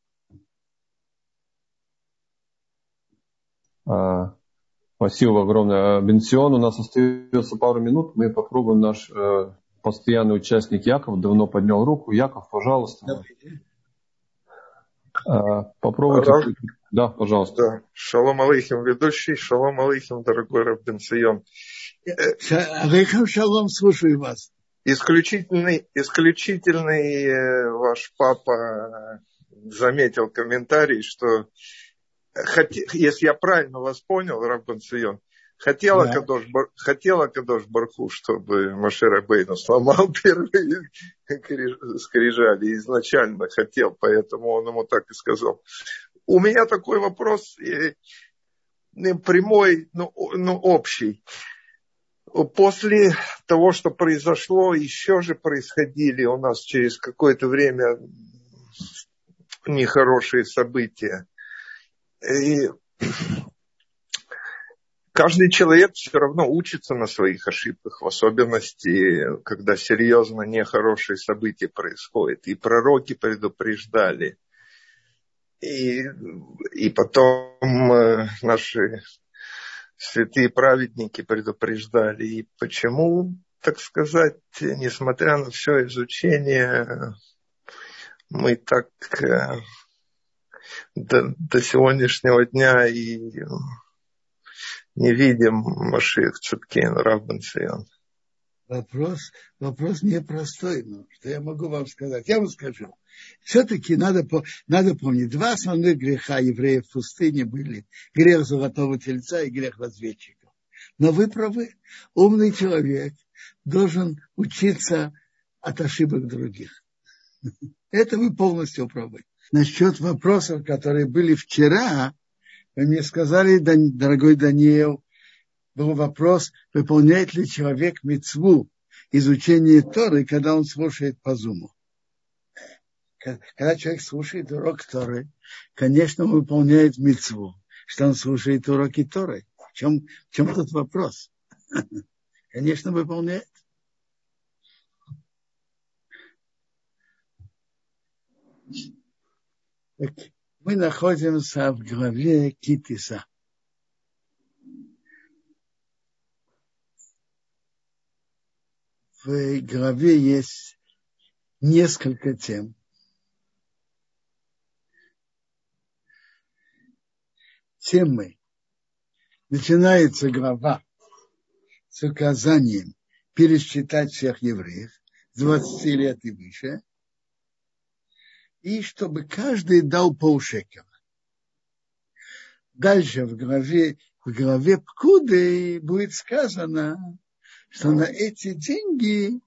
план. Спасибо огромное. Бенсион, у нас остается пару минут. Мы попробуем, наш постоянный участник Яков давно поднял руку. Яков, пожалуйста. Попробуйте. Да, пожалуйста. Да. Шалом алейхим, ведущий. Шалом алейхим, дорогой Рав Бен-Цион. Алейхим шалом, слушаю вас. Исключительный ваш папа заметил комментарий, что, если я правильно вас понял, Рав Бен-Цион, хотела Кадош Барху, чтобы Моше Рабейну сломал первые скрижали. Изначально хотел, поэтому он ему так и сказал. У меня такой вопрос прямой, но общий. После того, что произошло, еще же происходили у нас через какое-то время нехорошие события. И каждый человек все равно учится на своих ошибках, в особенности, когда серьезно нехорошие события происходят. И пророки предупреждали. И потом наши святые праведники предупреждали. И почему, так сказать, несмотря на все изучение, мы так до сегодняшнего дня и не видим Машиах Цидкейн, Рав Бен-Цион? Вопрос непростой, но что я могу вам сказать? Я вам скажу. Все-таки надо помнить, два основных греха евреев в пустыне были: грех золотого тельца и грех разведчиков. Но вы правы, умный человек должен учиться от ошибок других. Это вы полностью правы. Насчет вопросов, которые были вчера, вы мне сказали, дорогой Даниил, был вопрос, выполняет ли человек мицву изучение Торы, когда он слушает по зуму. Когда человек слушает урок Торы, конечно, он выполняет мицву, что он слушает уроки Торы. В чем тут вопрос? Конечно, выполняет. Так, мы находимся в главе Китиса. В главе есть несколько тем. Темы. Начинается глава с указанием пересчитать всех евреев с 20 лет и выше, и чтобы каждый дал полшекела. Дальше в главе Пкуды будет сказано, что на эти деньги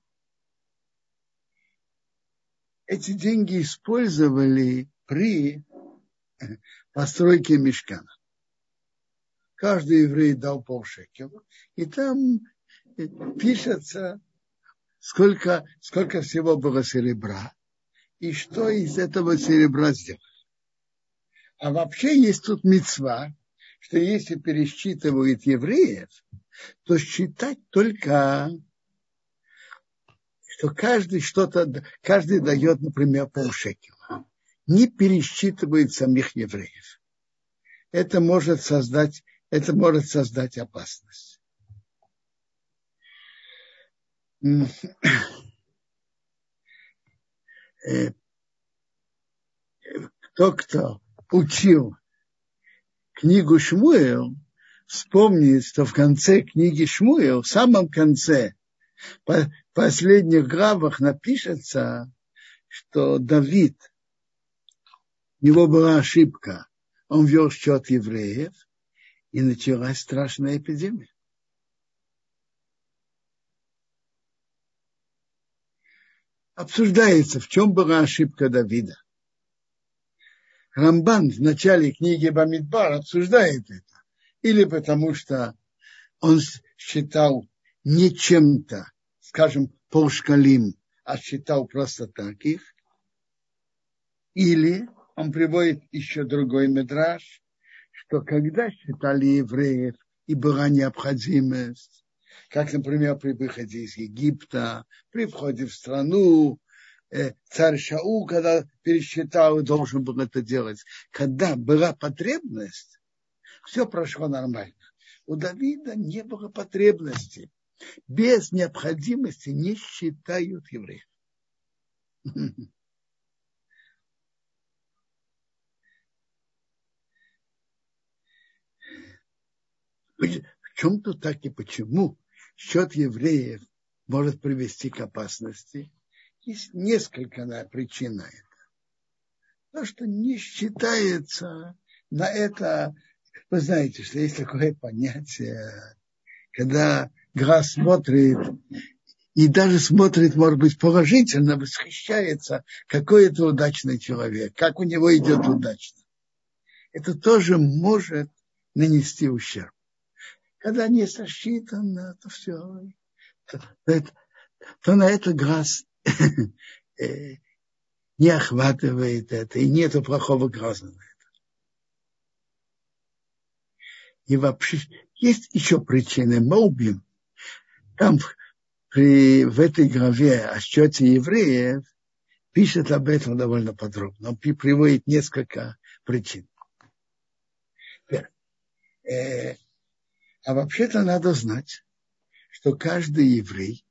использовали при постройке мишкана. Каждый еврей дал полшекела, и там пишется, сколько всего было серебра, и что из этого серебра сделать. А вообще есть тут мицва, что если пересчитывают евреев, то считать только, что каждый дает, например, полшекела. Не пересчитывает самих евреев. Это может создать опасность. Кто учил книгу Шмуэл, вспомнит, что в конце книги Шмуэл, в самом конце, в последних главах напишется, что Давид, у него была ошибка, он вел счет евреев, и началась страшная эпидемия. Обсуждается, в чем была ошибка Давида. Рамбан в начале книги Бамидбар обсуждает это. Или потому что он считал не чем-то, скажем, полшкалим, а считал просто так их. Или он приводит еще другой мидраш, что когда считали евреев и была необходимость, как, например, при выходе из Египта, при входе в страну, царь Шаул, когда пересчитал, должен был это делать. Когда была потребность, все прошло нормально. У Давида не было потребности. Без необходимости не считают евреев. В чем тут так и почему счет евреев может привести к опасности? Есть несколько причин на это. То, что не считается на это, вы знаете, что есть такое понятие, когда глаз смотрит, и даже смотрит, может быть, положительно, восхищается, какой это удачный человек, как у него идет удачно. Это тоже может нанести ущерб. Когда не сосчитано, то все, то на это глаз не охватывает это, и нету плохого глаза на это. И вообще есть еще причины. Молбим, там в этой главе о счете евреев пишет об этом довольно подробно. Он приводит несколько причин. А вообще-то надо знать, что каждый еврей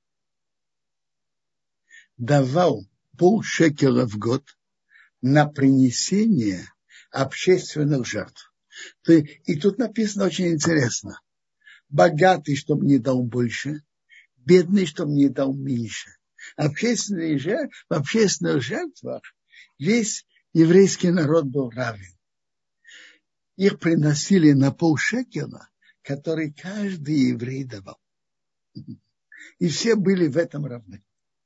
давал полшекеля в год на принесение общественных жертв. И тут написано очень интересно. Богатый, чтобы не дал больше, бедный, чтобы не дал меньше. В общественных жертвах весь еврейский народ был равен. Их приносили на полшекеля, который каждый еврей давал. И все были в этом равны.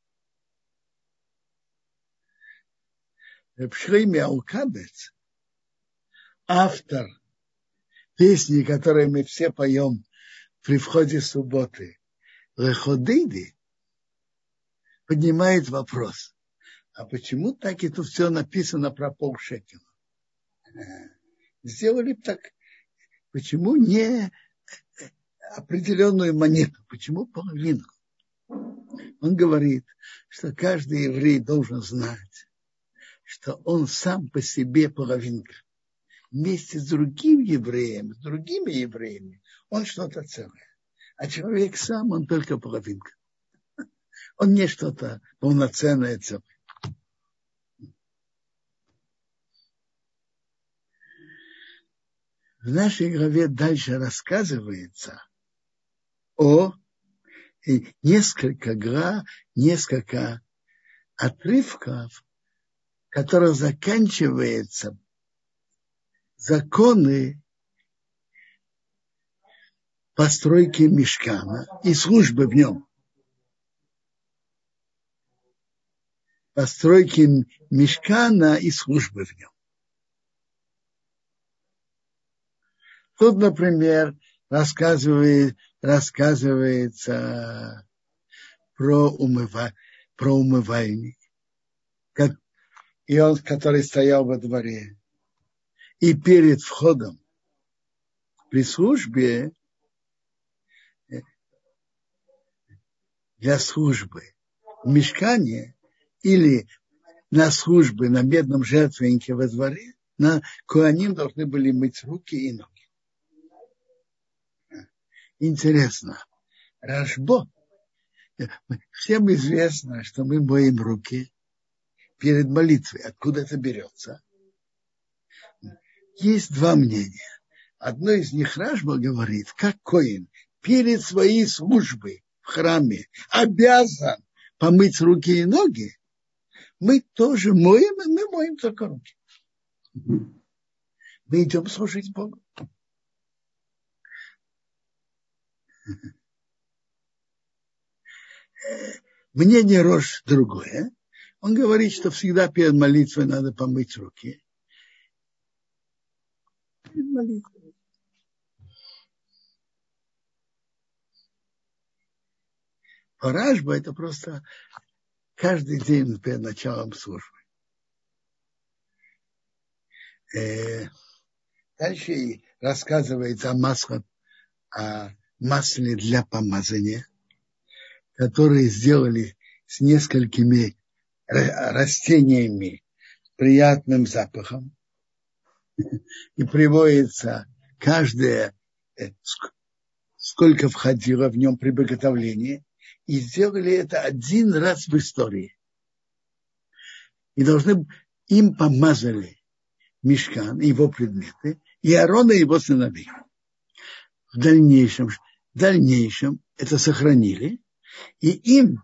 Шлейми Алкабец, автор песни, которую мы все поем при входе субботы, Леходейди, поднимает вопрос, а почему так это все написано про полшекеля? Сделали бы так, почему не определенную монету, почему половину? Он говорит, что каждый еврей должен знать, что он сам по себе половинка. Вместе с другим евреем, с другими евреями, он что-то целое. А человек сам, он только половинка. Он не что-то полноценное целое. В нашей главе дальше рассказывается о несколько отрывков, которые заканчиваются законы постройки мишкана и службы в нем. Постройки мишкана и службы в нем. Тут, например, рассказывается про умывальник, и он, который стоял во дворе. И перед входом при службе для службы в мишкане или на службе на бедном жертвеннике во дворе, коаним должны были мыть руки и ноги. Интересно. Рашбо. Всем известно, что мы моем руки перед молитвой. Откуда это берется? Есть два мнения. Одно из них Рашба говорит, как коин перед своей службой в храме обязан помыть руки и ноги, мы тоже моем, и мы моем только руки. Мы идем служить Богу. Мнение Рош другое. Он говорит, что всегда перед молитвой надо помыть руки. Перед молитвой. По Рашбу это просто каждый день перед началом службы. Дальше рассказывается о масле для помазания, которые сделали с несколькими растениями приятным запахом. И приводится каждое, сколько входило в нем при приготовлении. И сделали это один раз в истории. И им помазали мишкан, его предметы, и Аарон и его сыновей. в дальнейшем это сохранили, и им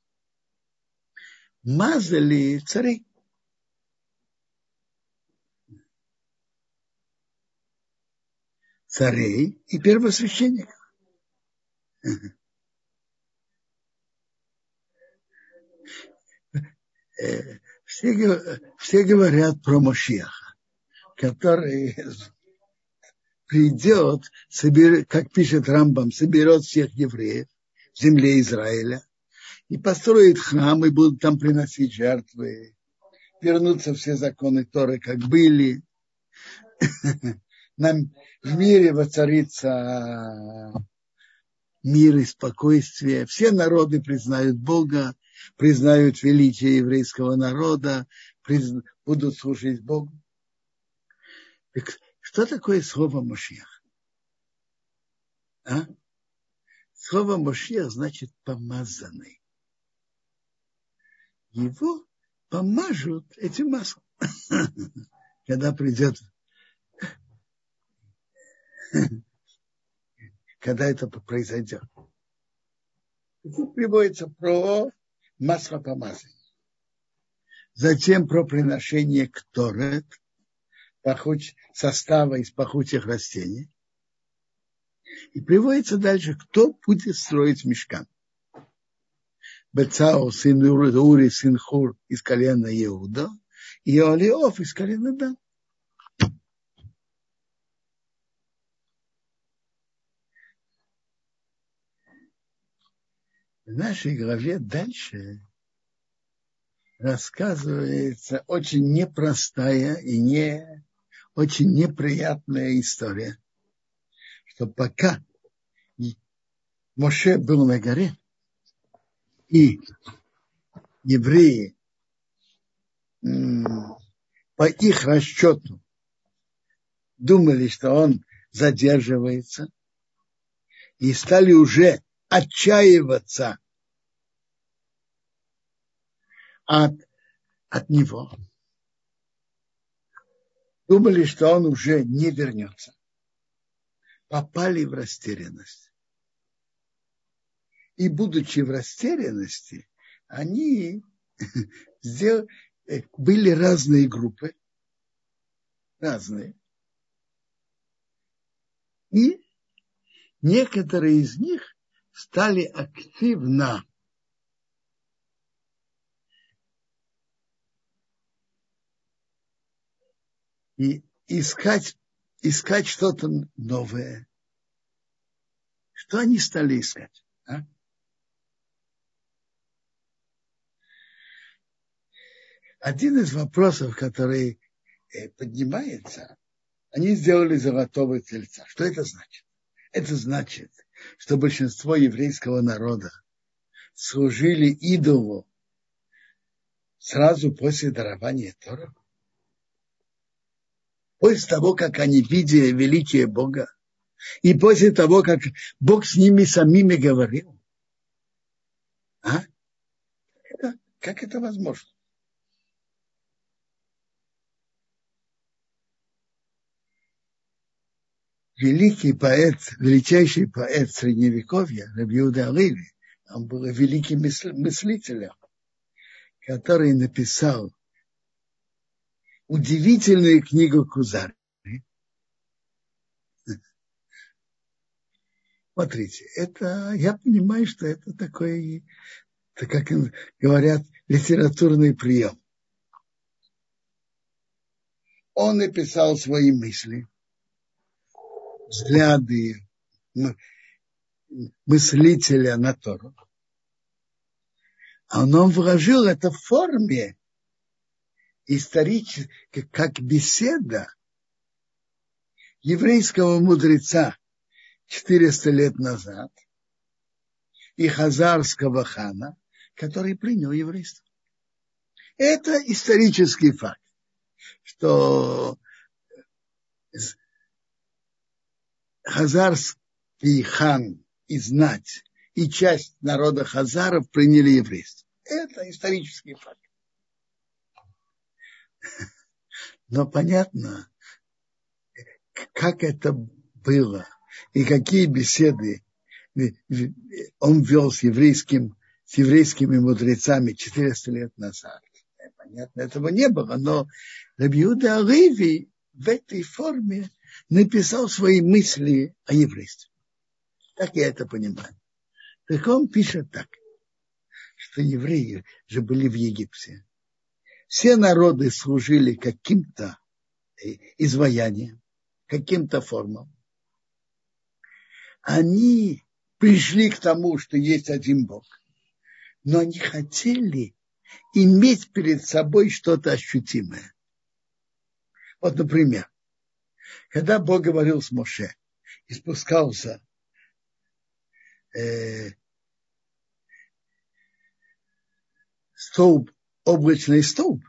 мазали царей. Царей и первосвященников. Все говорят про Машиаха, который придет, как пишет Рамбам, соберет всех евреев в земле Израиля и построит храм, и будут там приносить жертвы, вернутся все законы Торы, как были. Нам в мире воцарится мир и спокойствие. Все народы признают Бога, признают величие еврейского народа, будут служить Богу. Так что такое слово Машиах? Слово Машиах значит помазанный. Его помажут этим маслом. Когда придет, когда это произойдет. Тут приводится про масло помазания. Затем про приношение кторет, состава из пахучих растений. И приводится дальше, кто будет строить мишкан. Бецао, сын Ури, сын Хур из колена Иуда, и Олиов из колена Дан. В нашей главе дальше рассказывается очень непростая и очень неприятная история, что пока Моше был на горе, и евреи по их расчету думали, что он задерживается, и стали уже отчаиваться от него. Думали, что он уже не вернется. Попали в растерянность. И, будучи в растерянности, они были разные группы, разные. И некоторые из них стали активно и искать что-то новое. Что они стали искать? Один из вопросов, который поднимается, они сделали золотого тельца. Что это значит? Это значит, что большинство еврейского народа служили идолу сразу после дарования Торы. После того, как они видели величие Бога, и после того, как Бог с ними самими говорил. Как это возможно? Величайший поэт Средневековья, Раби Иуда Алеви, он был великим мыслителем, который написал удивительную книгу Кузари. Смотрите, я понимаю, что это такой, как говорят, литературный прием. Он написал свои мысли, взгляды мыслителя на Тору. А он вложил это в форме исторической, как беседа еврейского мудреца 400 лет назад и хазарского хана, который принял еврейство. Это исторический факт, что хазарский хан и знать, и часть народа хазаров приняли еврейство. Это исторический факт. Но понятно, как это было и какие беседы он вел с еврейскими мудрецами 400 лет назад. Понятно, этого не было, но Раби Иуда ха-Леви в этой форме написал свои мысли о еврействе. Так я это понимаю. Так он пишет так, что евреи же были в Египте. Все народы служили каким-то изваяниям, каким-то формам. Они пришли к тому, что есть один Бог, но они хотели иметь перед собой что-то ощутимое. Вот, например, когда Бог говорил с Моше и спускался столб, облачный столб,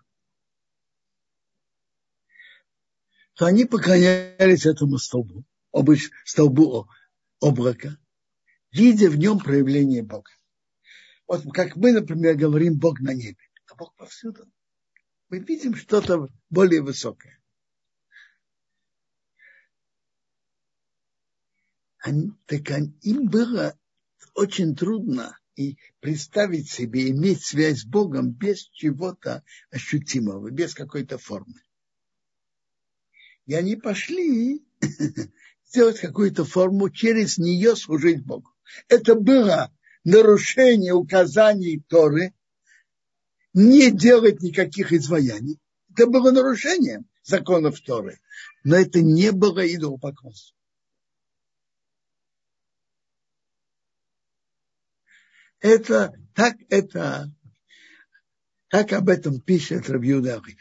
то они поклонялись этому столбу, столбу облака, видя в нем проявление Бога. Вот как мы, например, говорим «Бог на небе», а Бог повсюду. Мы видим что-то более высокое. Им было очень трудно и представить себе, иметь связь с Богом без чего-то ощутимого, без какой-то формы. И они пошли сделать какую-то форму, через нее служить Богу. Это было нарушение указаний Торы не делать никаких изваяний. Это было нарушением законов Торы. Но это не было идолопоклонством. Так об этом пишет Раби Иуда ха-Леви.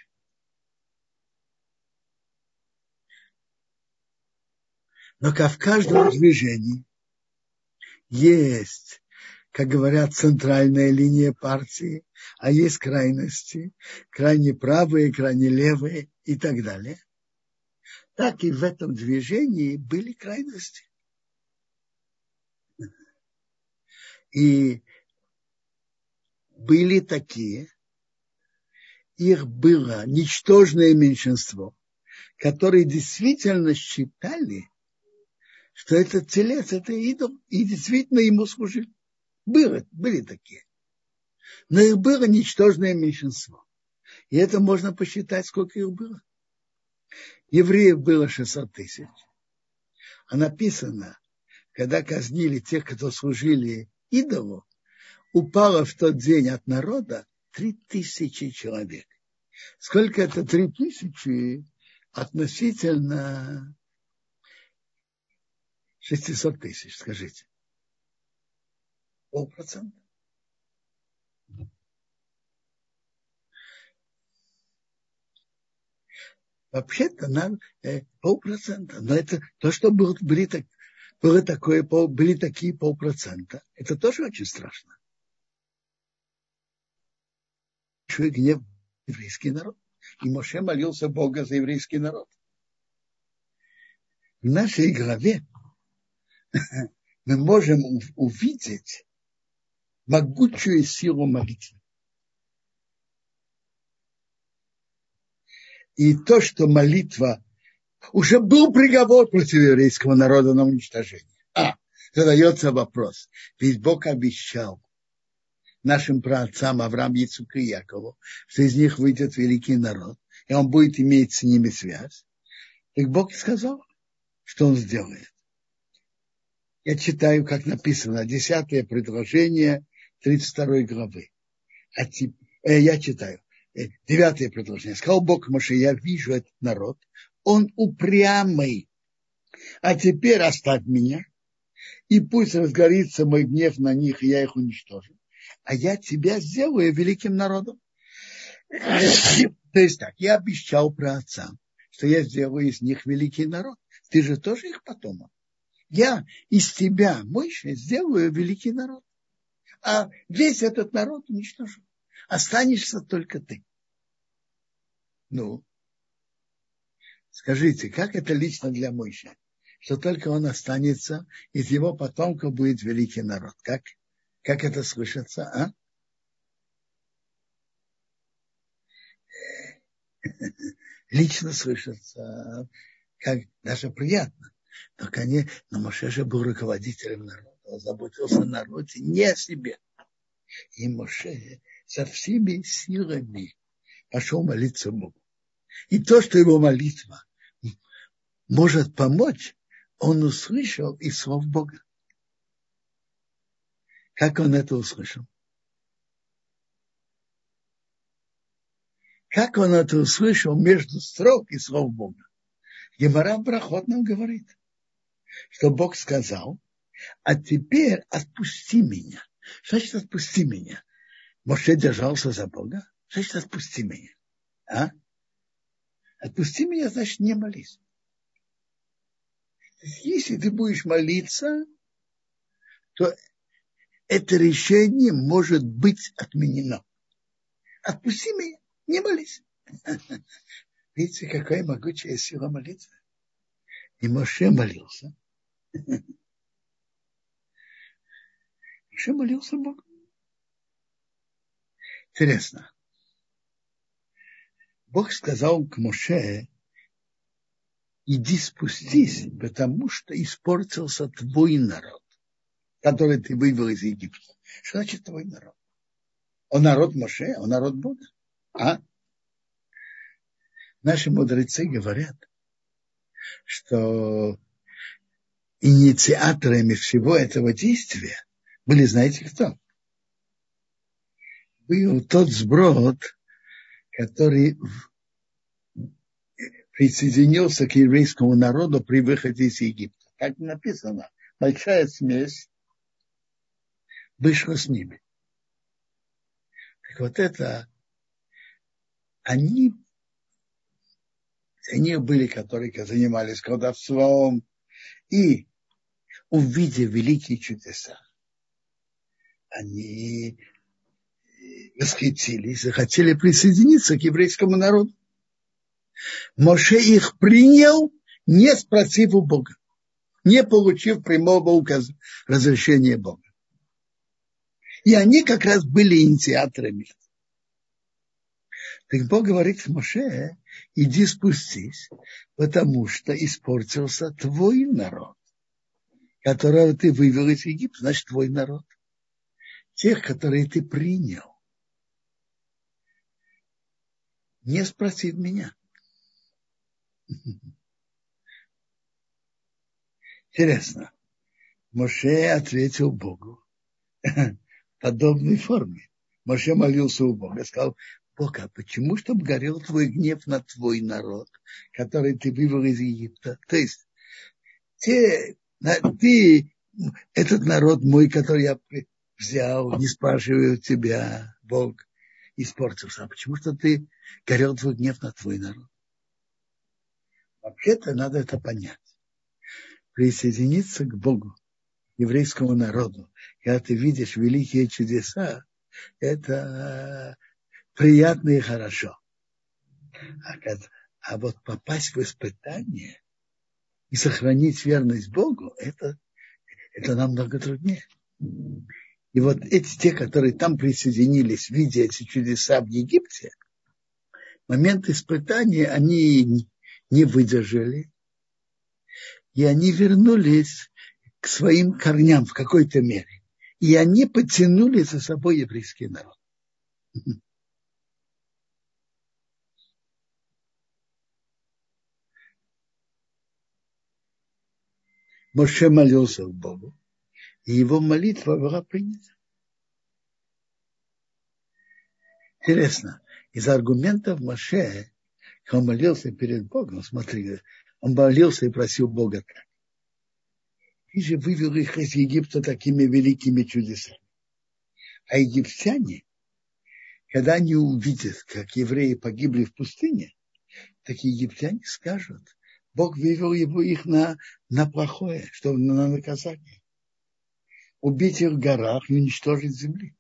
Но как в каждом движении есть, как говорят, центральная линия партии, а есть крайности, крайне правые, крайне левые и так далее. Так и в этом движении были крайности. И были такие, их было ничтожное меньшинство, которые действительно считали, что этот телец, это идол, и действительно ему служили. Были такие. Но их было ничтожное меньшинство. И это можно посчитать, сколько их было. Евреев было 600 тысяч. А написано, когда казнили тех, кто служили идолу, упало в тот день от народа 3000 человек. Сколько это 3000 относительно 600 тысяч, скажите? 0,5%. Вообще-то нам 0,5%. Но это то, что были такие 0,5%. Это тоже очень страшно. Большой гнев еврейский народ. И Моше молился Бога за еврейский народ. В нашей главе мы можем увидеть могучую силу молитвы. И то, что молитва... Уже был приговор против еврейского народа на уничтожение. Задается вопрос. Ведь Бог обещал нашим праотцам Аврааму, Ицхаку и Якову, что из них выйдет великий народ, и он будет иметь с ними связь. Так Бог сказал, что он сделает. Я читаю, как написано, 10 предложение 32 главы. Я читаю 9 предложение. Сказал Бог Моше: я вижу этот народ, он упрямый. А теперь оставь меня, и пусть разгорится мой гнев на них, и я их уничтожу. А я тебя сделаю великим народом. То есть так, я обещал праотцам, что я сделаю из них великий народ. Ты же тоже их потомок. Я из тебя, Моше, сделаю великий народ. А весь этот народ уничтожу. Останешься только ты. Ну, скажите, как это лично для Моше? Что только он останется, из его потомка будет великий народ. Как это слышится, а? Лично слышится, как даже приятно. Но Моше же был руководителем народа. Он заботился о народе, не о себе. И Моше со всеми силами пошел молиться Богу. И то, что его молитва может помочь, он услышал из слов Бога. Как он это услышал? Как он это услышал между строк и слов Бога? Гемара Брахот нам говорит, что Бог сказал: а теперь отпусти меня. Что значит отпусти меня? Моше держался за Бога. Что значит отпусти меня? А? Отпусти меня, значит, не молись. Если ты будешь молиться, то это решение может быть отменено. Отпусти меня, не молись. Видите, какая могучая сила молитвы. И Моше молился. Моше молился Богу. Интересно. Бог сказал к Моше: иди спустись, потому что испортился твой народ, который ты вывел из Египта. Что значит твой народ? Он народ Моше, он народ Бога. А? Наши мудрецы говорят, что инициаторами всего этого действия были, знаете кто? Был тот сброд, который присоединился к еврейскому народу при выходе из Египта. Как написано, большая смесь вышла с ними. Так вот это, они были, которые занимались колдовством, и, увидев великие чудеса, они восхитились и хотели присоединиться к еврейскому народу. Моше их принял, не спросив у Бога, не получив прямого разрешения Бога. И они как раз были инициаторами. Так Бог говорит Моше: иди спустись, потому что испортился твой народ, которого ты вывел из Египта, значит, твой народ. Тех, которые ты принял, не спросив меня. Интересно. Моше ответил Богу в подобной форме. Моше молился у Бога, сказал: Бог, а почему, чтобы горел твой гнев на твой народ, который ты вывел из Египта? То есть, этот народ мой, который я взял, не спрашиваю тебя, Бог, испортился. А почему, что ты горел твой гнев на твой народ? Вообще-то надо это понять. Присоединиться к Богу, еврейскому народу, когда ты видишь великие чудеса, это приятно и хорошо. А вот попасть в испытание и сохранить верность Богу, это намного труднее. И вот те, которые там присоединились, видя эти чудеса в Египте, в момент испытания они не выдержали, и они вернулись к своим корням в какой-то мере. И они потянули за собой еврейский народ. Моше молился к Богу, и его молитва была принята. Интересно, из аргументов Моше, когда он молился перед Богом, смотри, он молился и просил Бога так: ты же вывел их из Египта такими великими чудесами. А египтяне, когда они увидят, как евреи погибли в пустыне, так египтяне скажут: Бог вывел их на плохое, чтобы на наказание. Убить их в горах и уничтожить земли.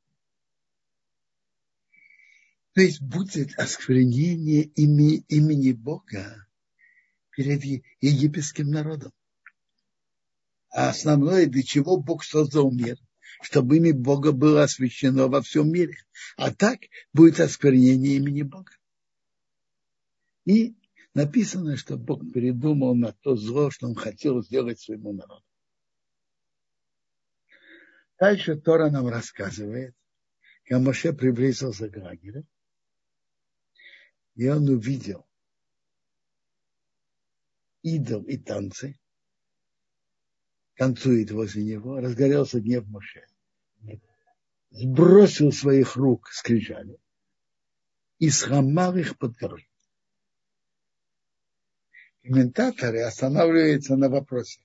То есть будет осквернение имени Бога перед египетским народом. А основное, для чего Бог создал мир, чтобы имя Бога было освящено во всем мире. А так будет осквернение имени Бога. И написано, что Бог передумал на то зло, что он хотел сделать своему народу. Дальше Тора нам рассказывает, как Моше приблизился к лагерю, и он увидел идол и танцы, танцует возле него, разгорелся гнев Моше, сбросил своих рук скрижали и сломал их под горой. Комментаторы останавливаются на вопросе.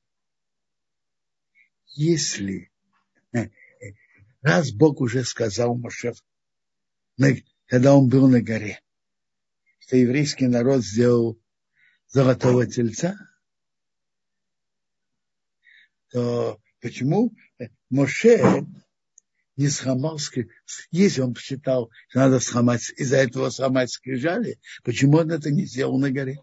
Если, раз Бог уже сказал Моше, когда он был на горе, что еврейский народ сделал золотого тельца, то почему Моше не сломал, если он посчитал, что надо сломать, из-за этого сломать скрижали, почему он это не сделал на горе?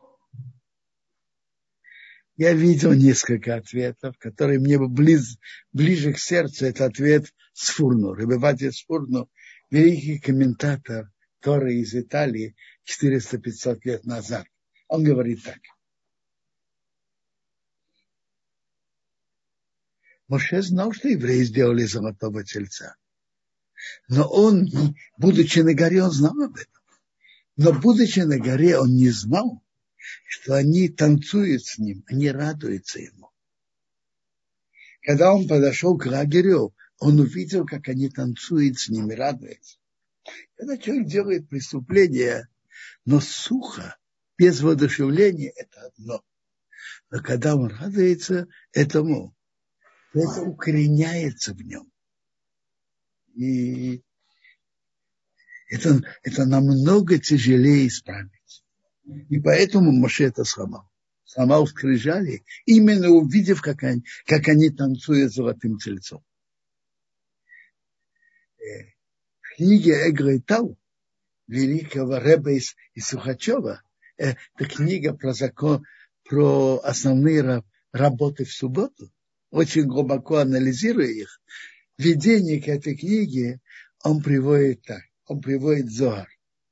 Я видел несколько ответов, которые мне ближе к сердцу. Это ответ Сфурну, Ребе Вадья Сфурну, великий комментатор Торы из Италии 400-500 лет назад. Он говорит так. Моше знал, что евреи сделали золотого тельца. Но он, будучи на горе, он знал об этом. Но будучи на горе, он не знал, что они танцуют с ним, они радуются ему. Когда он подошел к лагерю, он увидел, как они танцуют с ним и радуются. Когда человек делает преступление, но сухо, без воодушевления, это одно. Но когда он радуется этому, это укореняется в нем. И это намного тяжелее исправить. И поэтому Моше это сломал. Сломал скрижали, именно увидев, как они танцуют золотым тельцом. В книге Эгрей Тау великого Ребе из Сухачева, это книга про закон, про основные работы в субботу, очень глубоко анализируя их, введение к этой книге он приводит так, он приводит Зоар.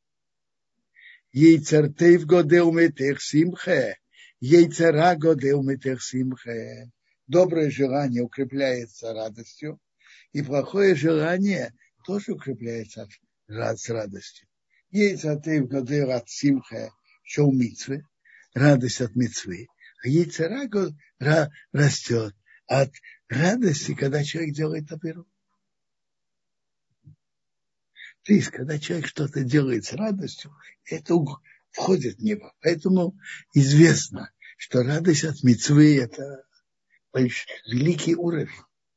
Ейцертейв годел метех симхе, ейцера годел метех симхе. Доброе желание укрепляется радостью, и плохое желание тоже укрепляется с радостью. Ейцертейв годел от симхе шоу мицвы, радость от мицвы, а ейцера растет от радости, когда человек делает аперу. То есть, когда человек что-то делает с радостью, это входит в него. Поэтому известно, что радость от мицвы – это великий уровень.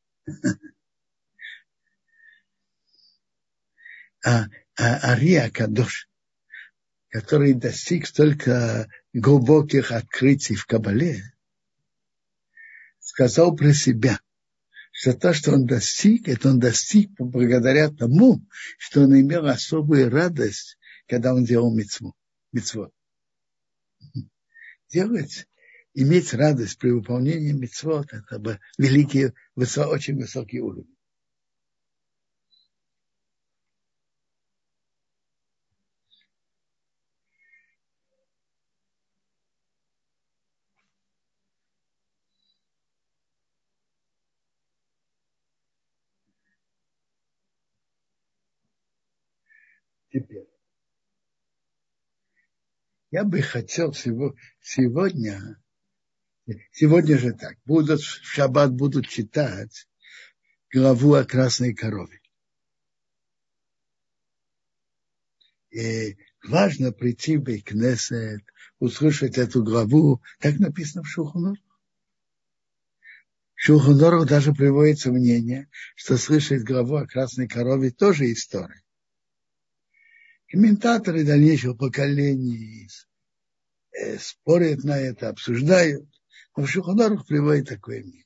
Ария Кадош, который достиг столько глубоких открытий в Кабале, сказал про себя, что то, что он достиг, это он достиг благодаря тому, что он имел особую радость, когда он делал мицвот. Иметь радость при выполнении мицвот, это великий, очень высокий уровень. Теперь. Я бы хотел сегодня же так, в шаббат будут читать главу о красной корове. И важно прийти в Бейт-Кнесет, услышать эту главу, как написано в Шулхан Арух. В Шулхан Арух даже приводится мнение, что слышать главу о красной корове тоже история. Комментаторы дальнейшего поколения спорят на это, обсуждают. Но в Шулхан Арух приводит такое мнение.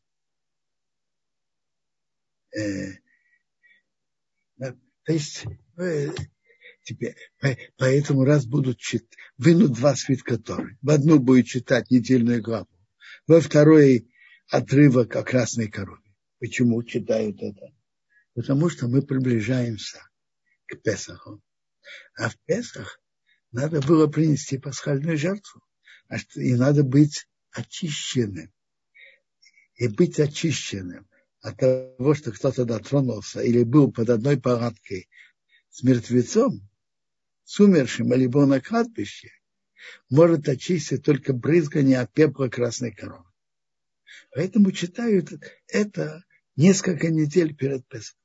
То есть, теперь, поэтому раз будут вынут два свитка Торы. В одну будет читать недельную главу, во второй отрывок о красной корове. Почему читают это? Потому что мы приближаемся к Песаху. А в Песах надо было принести пасхальную жертву. И надо быть очищенным. И быть очищенным от того, что кто-то дотронулся или был под одной палаткой с мертвецом, с умершим, либо на кладбище, может очистить только брызгание от пепла красной коровы. Поэтому читают это несколько недель перед Песхом.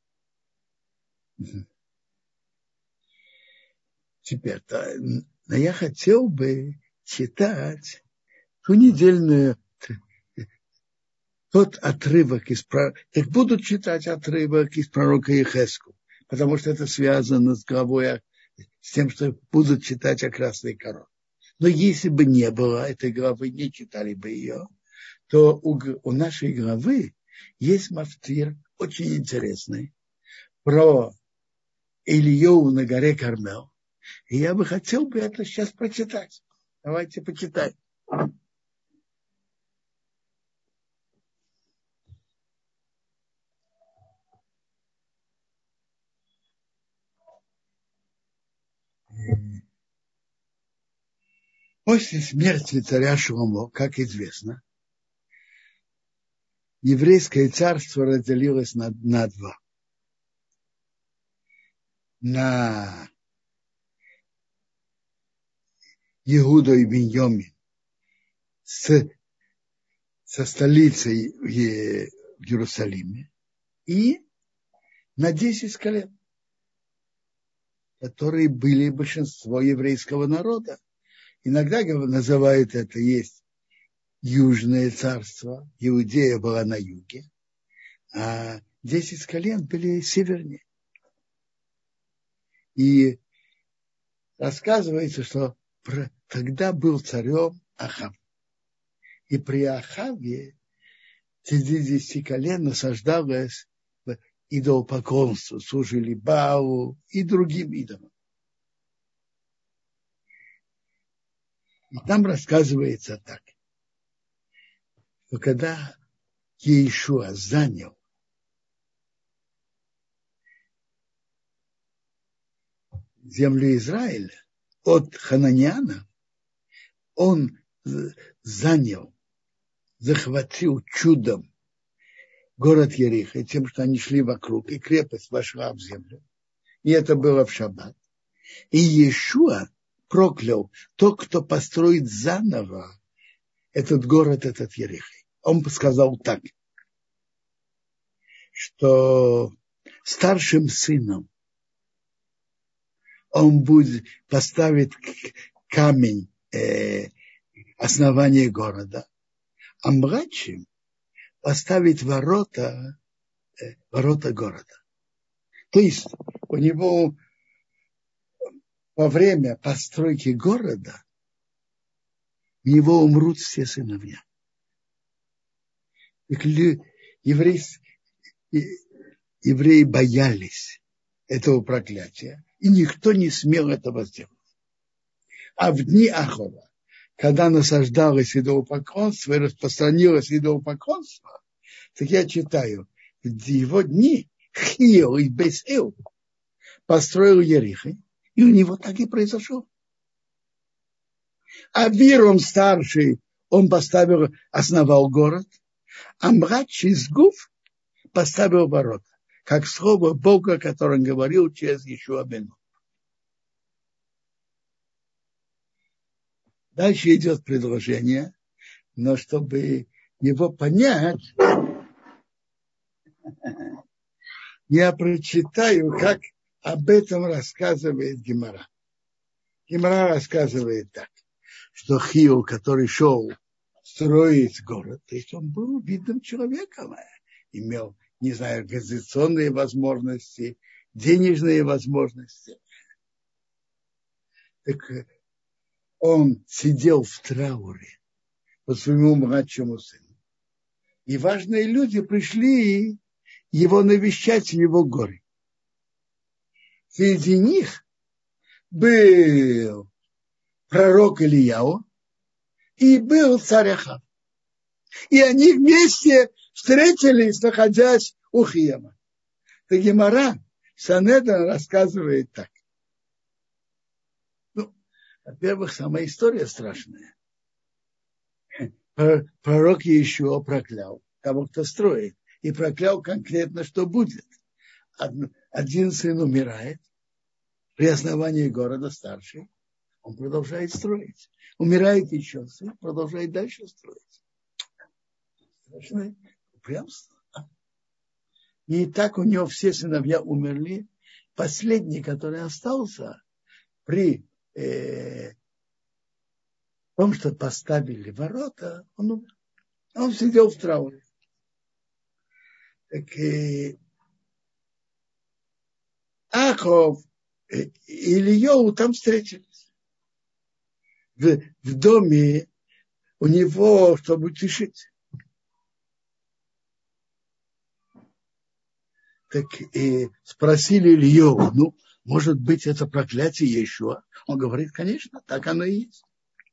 Теперь, но я хотел бы читать ту недельную, тот отрывок из пророка. Так буду читать отрывок из пророка Йехескеля, потому что это связано с главой, с тем, что будут читать о красной корове. Но если бы не было этой главы, не читали бы ее, то у нашей главы есть мафтир очень интересный про Илью на горе Кармел. И я бы хотел бы это сейчас прочитать. Давайте почитаем. После смерти царя Шломо, как известно, еврейское царство разделилось на два. На Иуду и Беньямин со столицей в Иерусалиме и на 10 колен, которые были большинство еврейского народа. Иногда называют это, есть Южное царство, Иудея была на юге, а 10 колен были севернее. И рассказывается, что тогда был царем Ахав. И при Ахаве 10 колен насаждалось идолопоклонству, служили Баалу и другим идолам. И там рассказывается так, что когда Иешуа занял землю Израиля от хананяна, он захватил чудом город Ериха тем, что они шли вокруг, и крепость вошла в землю. И это было в шаббат. И Иешуа проклял тот, кто построит заново этот город, этот Ерихой. Он сказал так, что старшим сыном он поставит камень основания города, а младшим поставит ворота города. То есть у него во время постройки города у него умрут все сыновья. Евреи боялись этого проклятия, и никто не смел этого сделать. А в дни Ахова, когда насаждалось идолопоклонство и распространилось идолопоклонство, так я читаю, в его дни Хио и Бейс-Эл построил Ерихо, и у него так и произошло. А Виром старший, он основал город, а младший Сгуф поставил ворота, как слово Бога, которое он говорил через Йешуа бен Нун. Дальше идет предложение, но чтобы его понять, я прочитаю, как об этом рассказывает Гемара. Гемара рассказывает так, что Хио, который шел строить город, то есть он был видным человеком, имел, не знаю, организационные возможности, денежные возможности. Так он сидел в трауре по своему младшему сыну. И важные люди пришли его навещать в его горе. Среди них был пророк Ильяу и был царь Ахав. И они вместе встретились, находясь у Хиема. Так Гемара Санедрин рассказывает так. Ну, во-первых, сама история страшная. пророк Иешуа проклял того, кто строит. И проклял конкретно, что будет. Один сын умирает при основании города, старший. Он продолжает строить. Умирает еще сын, продолжает дальше строить. Страшное упрямство. И так у него все сыновья умерли. Последний, который остался, при том, что поставили ворота, он умер. Он сидел в трауре. Так Ахов и Ильёу там встретились. В доме у него, чтобы утешить. Так и спросили Ильёу, может быть, это проклятие Иешуа? Он говорит, конечно, так оно и есть.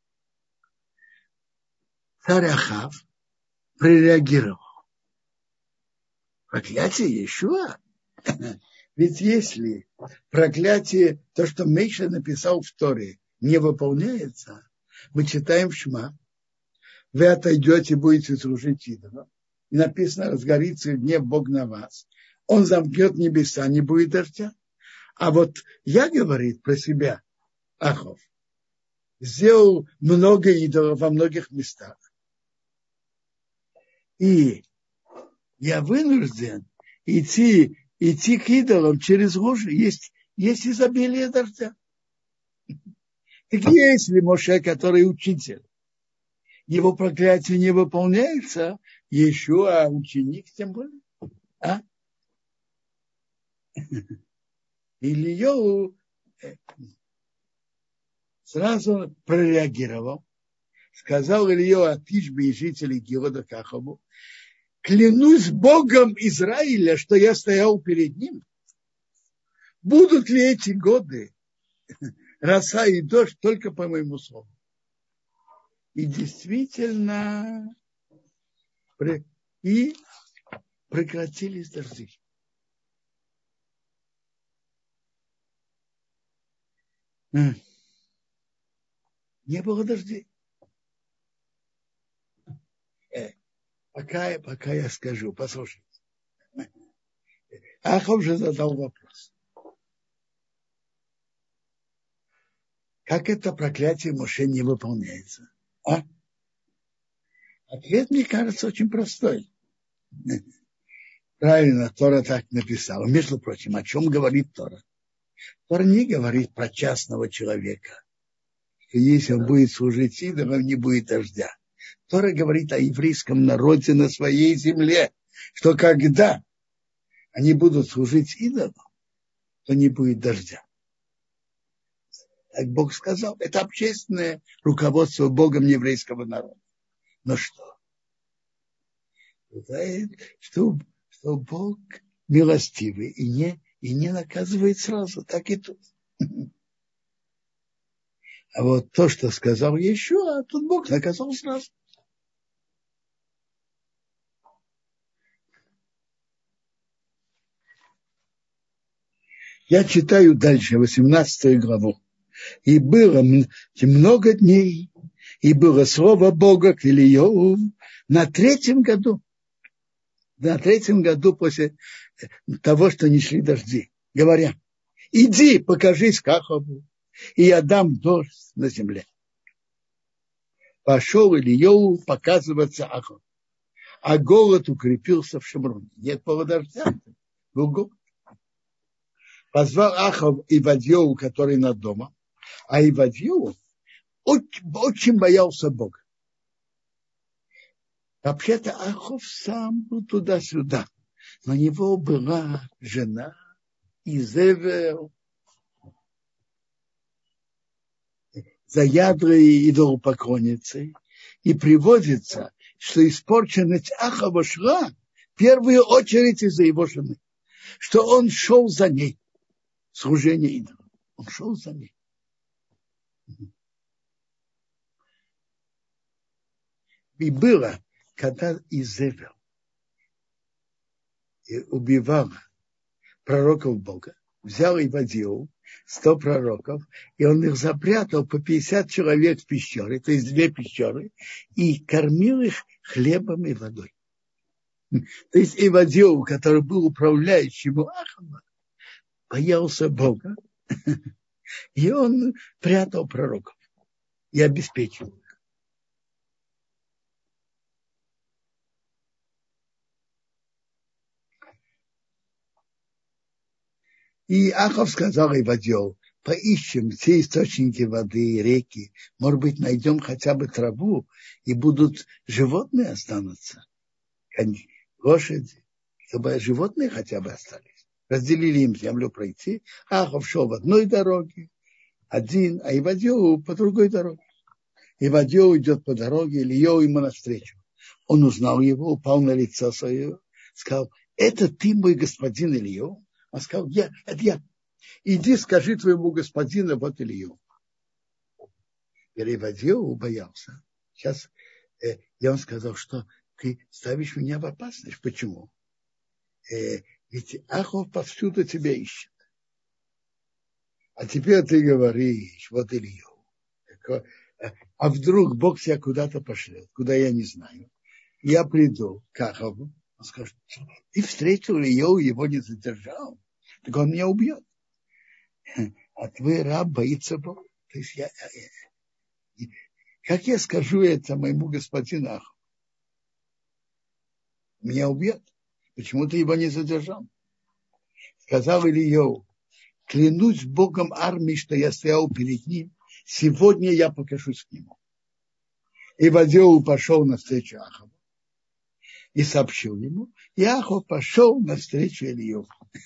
Царь Ахав прореагировал. Проклятие Иешуа? Ведь если проклятие, то, что Мейша написал в Торе, не выполняется, мы читаем в Шма, вы отойдете, будете служить идолам. И написано, разгорится гнев Бог на вас. Он замкнет небеса, не будет дождя. А вот я, говорит про себя, Ахов, сделал много идолов во многих местах. И я вынужден идти к идолам через лужи. Есть изобилие дождя. Так если Моше, который учитель, его проклятие не выполняется, Иешуа ученик тем более. Ильёу сразу прореагировал. Сказал Ильёу Атишбе и жителей Гилода Кахову, клянусь Богом Израиля, что я стоял перед ним. Будут ли эти годы роса и дождь только по моему слову? И действительно прекратились дожди. Не было дождей. Пока я скажу, послушайте. Ахав же задал вопрос. Как это проклятие Моше не выполняется? Ответ, мне кажется, очень простой. Правильно, Тора так написала. Между прочим, о чем говорит Тора? Тора не говорит про частного человека. Если он будет служить идолам, не будет дождя. Тора говорит о еврейском народе на своей земле, что когда они будут служить идолам, то не будет дождя. Так Бог сказал, это общественное руководство Богом еврейского народа. Но что? Что Бог милостивый и не наказывает сразу, так и тут. А вот то, что сказал Иешуа, тут Бог наказал сразу. Я читаю дальше, 18 главу. И было много дней, и было слово Бога к Илиеву на третьем году. На третьем году после того, что не шли дожди. Говоря, иди, покажись Кахову, и я дам дождь на земле. Пошел Илиеву показываться Ахову. А голод укрепился в Шомроне. Нет было дождя, был голод. Позвал Ахав Ивадьеву, который над домом. А Ивадьеву очень боялся Бога. Вообще-то Ахав сам был туда-сюда. Но у него была жена Изевел, заядлой идолопоклонницей. И приводится, что испорченность Ахава шла в первую очередь из-за его жены. Что он шел за ней. Служение идолам. Он шел за ней. И было, когда Изевел убивала пророков Бога, взял Ивадию 100 пророков, и он их запрятал по 50 человек в пещере, то есть 2 пещеры, и кормил их хлебом и водой. То есть Ивадиу, который был управляющим Ахава, боялся Бога, и он прятал пророков и обеспечил их. И Ахав сказал Ивадиу: поищем все источники воды, реки, может быть, найдем хотя бы траву, и будут животные останутся, лошади, чтобы животные хотя бы остались. Разделили им землю пройти. Ахав шел в одной дороге, один, а Ивадиу по другой дороге. Ивадиу идет по дороге, Илья ему навстречу. Он узнал его, упал на лицо свое, сказал: это ты, мой господин Илья? Он сказал: это я. Иди, скажи твоему господину, вот Илью. Ивадиу боялся. Сейчас, и он сказал, что ты ставишь меня в опасность. Почему? Ведь Ахав повсюду тебя ищет. А теперь ты говоришь: вот Илью. А вдруг Бог тебя куда-то пошлет, куда я не знаю. Я приду к Ахаву, он скажет: ты встретил Илью, его не задержал, так он меня убьет. А твой раб боится Бога. То есть как я скажу это моему господину Ахаву? Меня убьет. Почему ты его не задержал? Сказал Илью: клянусь Богом армии, что я стоял перед ним, сегодня я покажусь к нему. Ивадиу пошел навстречу Ахаву и сообщил ему, и Ахав пошел навстречу Илью.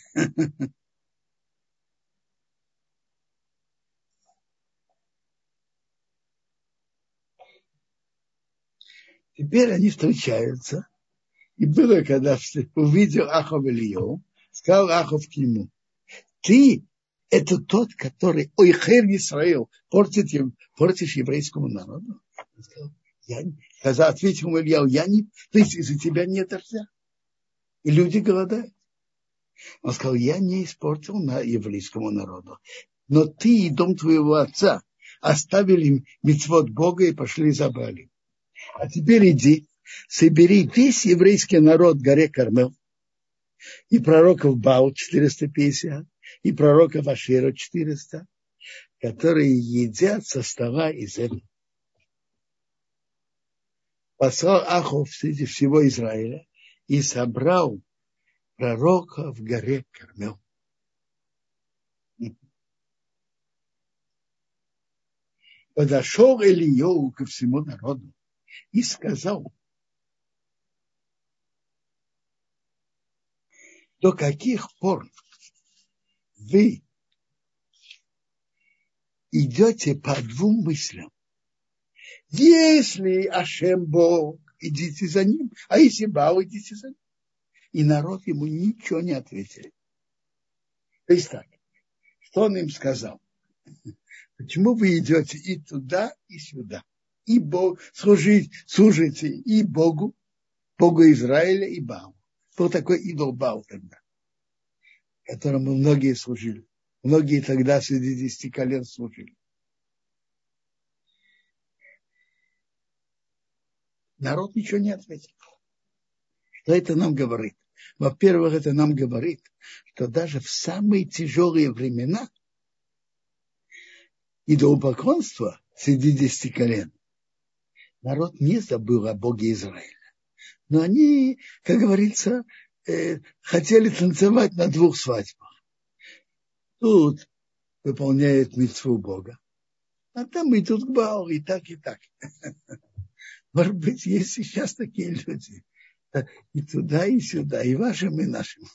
Теперь они встречаются. И было, когда увидел Ахав Илью, сказал Ахав к нему: ты – это тот, который ойхер Исраил, портишь еврейскому народу? Ответил ему Илья: то есть из-за тебя нет дождя, и люди голодают. Он сказал: я не испортил еврейскому народу, но ты и дом твоего отца оставили мицвот Бога и пошли и забрали. А теперь иди, собери весь еврейский народ в горе Кармел, и пророков Баал 450, и пророков Ашера 400, которые едят со стола Израиля. Послал Ахав среди всего Израиля и собрал пророка в горе Кармел. Подошел Илью ко всему народу и сказал: до каких пор вы идете по двум мыслям? Если Ашем Бог, идите за ним, а если Баал, идите за ним. И народ ему ничего не ответил. То есть так, что он им сказал? Почему вы идете и туда, и сюда? И Бог, служите и Богу Израиля, и Баалу. Был такой идол Баал тогда, которому многие служили. Многие тогда среди 10 колен служили. Народ ничего не ответил. Что это нам говорит? Во-первых, это нам говорит, что даже в самые тяжелые времена идолопоклонства среди 10 колен народ не забыл о Боге Израиля. Но они, как говорится, хотели танцевать на 2 свадьбах. Тут выполняют мицву Бога, а там идут к Баалу, и так, и так. Может быть, есть сейчас такие люди. И туда, и сюда, и вашим, и нашим.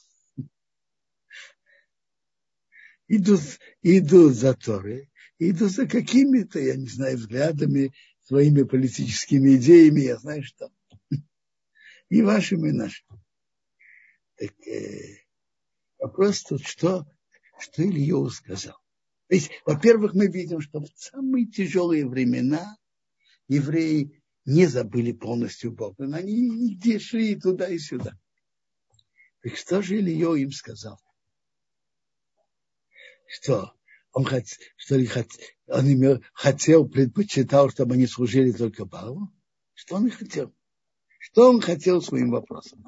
Идут за Торой, идут за какими-то, я не знаю, взглядами, своими политическими идеями, я знаю, что. И вашим, и нашим. Так, вопрос тут, что Илью сказал. То есть, во-первых, мы видим, что в самые тяжелые времена евреи не забыли полностью Бога. Но они где шли туда и сюда. Так что же Илья им сказал? Что Он предпочитал, чтобы они служили только Баалу? Что он хотел? Что он хотел своим вопросом?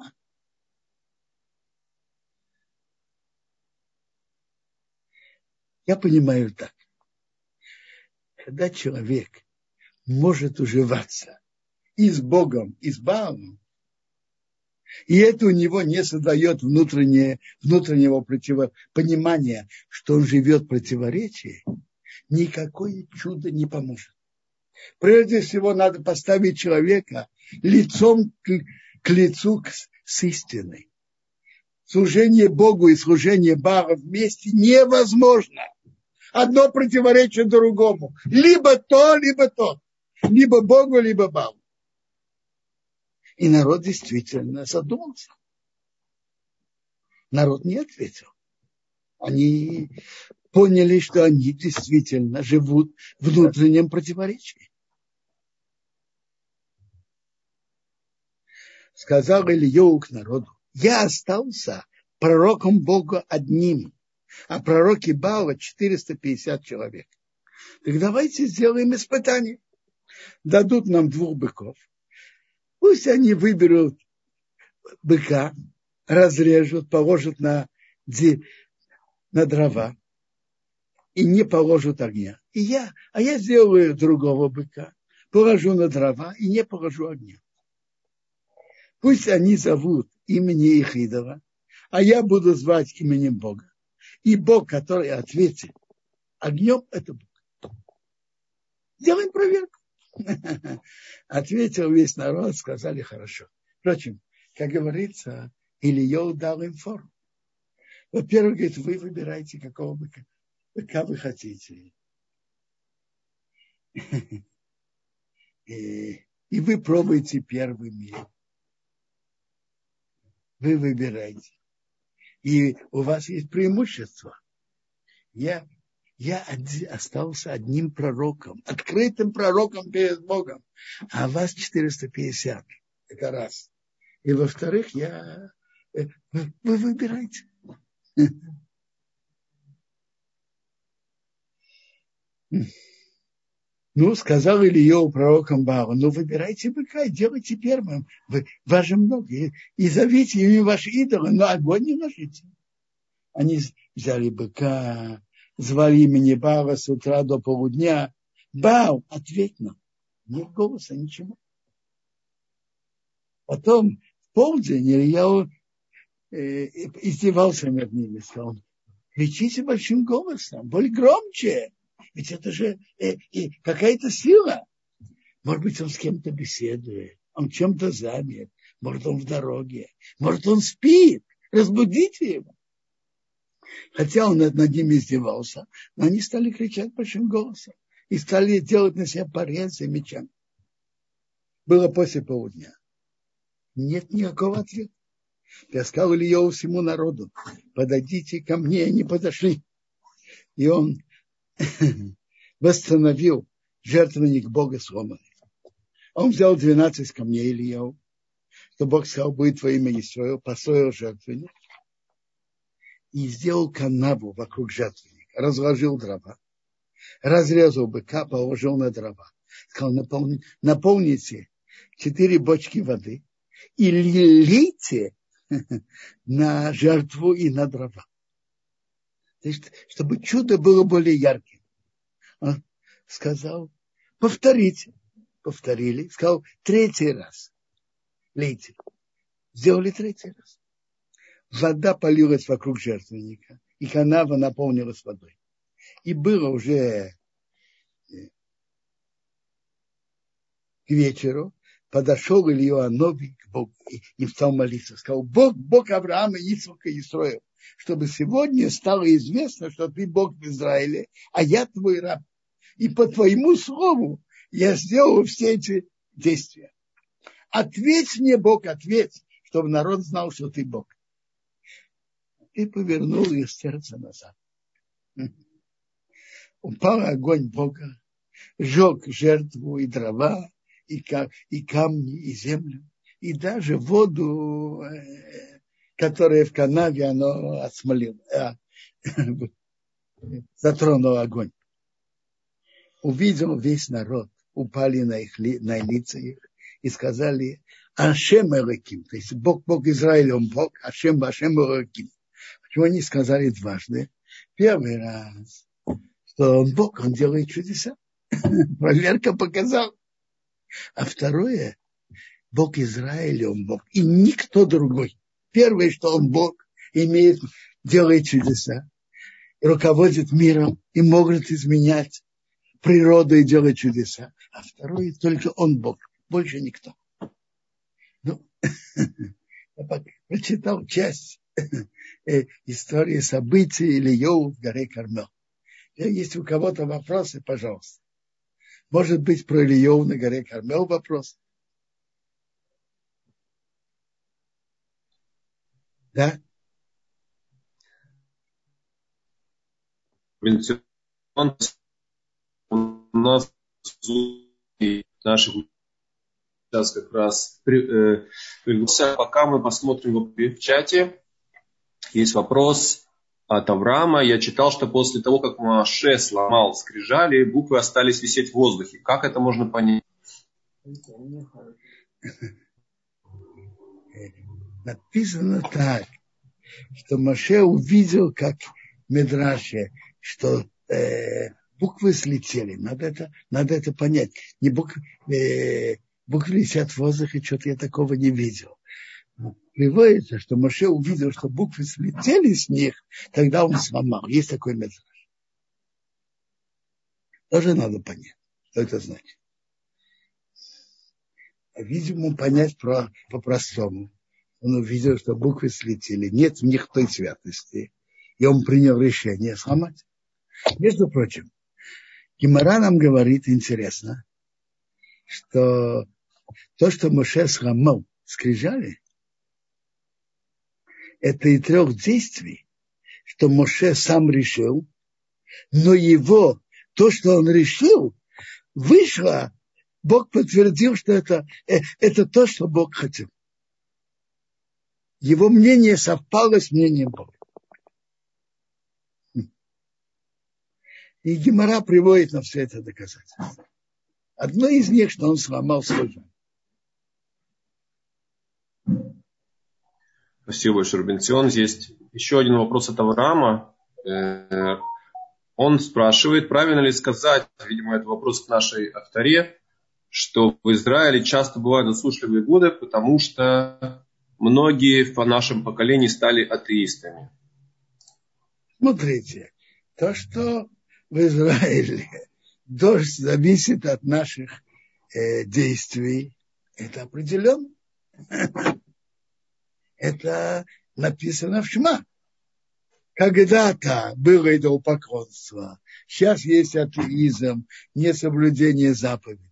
Я понимаю так. Когда человек может уживаться и с Богом, и с Баалом, и это у него не создает внутреннего понимания, что он живет в противоречии, никакое чудо не поможет. Прежде всего, надо поставить человека лицом к лицу с истиной. Служение Богу и служение Богу вместе невозможно. Одно противоречит другому. Либо то, либо то. Либо Богу, либо Богу. И народ действительно задумался. Народ не ответил. Они поняли, что они действительно живут в внутреннем противоречии. Сказал Илья к народу: я остался пророком Бога одним, а пророки Баала 450 человек. Так давайте сделаем испытание. Дадут нам 2 быков. Пусть они выберут быка, разрежут, положат на дрова и не положат огня. Я сделаю другого быка, положу на дрова и не положу огня. Пусть они зовут имени их идола, а я буду звать именем Бога. И Бог, который ответит огнем, это Бог. Делаем проверку. Ответил весь народ, сказали хорошо. Впрочем, как говорится, Илья дал им фору. Во-первых, говорит, вы выбираете, какого быка вы хотите. И вы пробуете первыми. Вы выбираете. И у вас есть преимущество. Я остался одним пророком, открытым пророком перед Богом, а вас 450. Это раз. И во-вторых, вы выбираете. Ну, сказал Илья пророком Баалу: ну, выбирайте быка и делайте первым. Вас же много. И зовите ими ваши идолы, но огонь не ложите. Они взяли быка, звали имени Баала с утра до полудня. Баал, ответь нам. Нет голоса, ничего. Потом в полдень Илья издевался над ними. Сказал: кричите большим голосом, более громче. Ведь это же какая-то сила. Может быть, он с кем-то беседует, он чем-то занят, может, он в дороге, может, он спит. Разбудите его. Хотя он над ними издевался, но они стали кричать большим голосом и стали делать на себя порезы мечами. Было после полудня. Нет никакого ответа. Я сказал Илья всему народу: подойдите ко мне. Они подошли. И он восстановил жертвенник Бога сломанный. Он взял 12 камней Илья, что Бог сказал: будет твое имя Исраил, построил жертвенник и сделал канаву вокруг жертвенника, разложил дрова, разрезал быка, положил на дрова. Сказал: наполните 4 бочки воды и лейте на жертву и на дрова. То есть, чтобы чудо было более ярким. Он сказал: повторите. Повторили. Сказал: 3-й раз. Лейте. Сделали 3-й раз. Вода полилась вокруг жертвенника, и канава наполнилась водой. И было уже к вечеру, подошел Илья Нови к Богу и стал молиться. Сказал: Бог Авраама, Ицхака и Исроила, чтобы сегодня стало известно, что ты Бог в Израиле, а я твой раб. И по твоему слову я сделал все эти действия. Ответь мне, Бог, ответь, чтобы народ знал, что ты Бог. И повернул их сердце назад. Упал огонь Бога, сжег жертву и дрова, и камни, и землю, и даже воду, которая в канаве, оно отсмолило. затронул огонь. Увидел весь народ, упали на лица их и сказали: Ашем Элоким, то есть Бог Израиля, он Бог, Ашем Элоким. Почему они сказали дважды? Первый раз, что он Бог, он делает чудеса. Проверка показала. А второе, Бог Израиля, он Бог, и никто другой. Первое, что он Бог, делает чудеса, и руководит миром, и может изменять природу и делать чудеса. А второе, только он Бог, больше никто. Ну, я прочитал часть истории событий Илью в горе Кармел. Если у кого-то вопросы, пожалуйста. Может быть, про Илью на горе Кармел вопрос? Да? У нас наших сейчас как раз пока мы посмотрим в чате. Есть вопрос от Авраама. Я читал, что после того, как Моше сломал скрижали, буквы остались висеть в воздухе. Как это можно понять? Написано так, что Моше увидел, как в Мидраше, что буквы слетели. Надо это понять. Не буквы летят в воздухе, что-то я такого не видел. Приводится, что Моше увидел, что буквы слетели с них, тогда он сломал. Есть такой Мидраш. Тоже надо понять, что это значит. Видимо, понять по-простому. Он увидел, что буквы слетели. Нет в них той святости. И он принял решение сломать. Между прочим, Гемара нам говорит, интересно, что то, что Моше сломал скрижали, это и 3 действий, что Моше сам решил, но то, что он решил, вышло, Бог подтвердил, что это то, что Бог хотел. Его мнение совпало с мнением Бога. И Гемара приводит нам все это доказательство. Одно из них, что он сломал свой жен. Спасибо большое, Рубенцион. Есть еще один вопрос от Авраама. Он спрашивает, правильно ли сказать, видимо, это вопрос к нашей авторе, что в Израиле часто бывают засушливые годы, потому что многие в нашем поколении стали атеистами. Смотрите, то, что в Израиле дождь зависит от наших действий, это определенно. Это написано в Шма. Когда-то было идолопоклонство, сейчас есть атеизм, несоблюдение заповедей.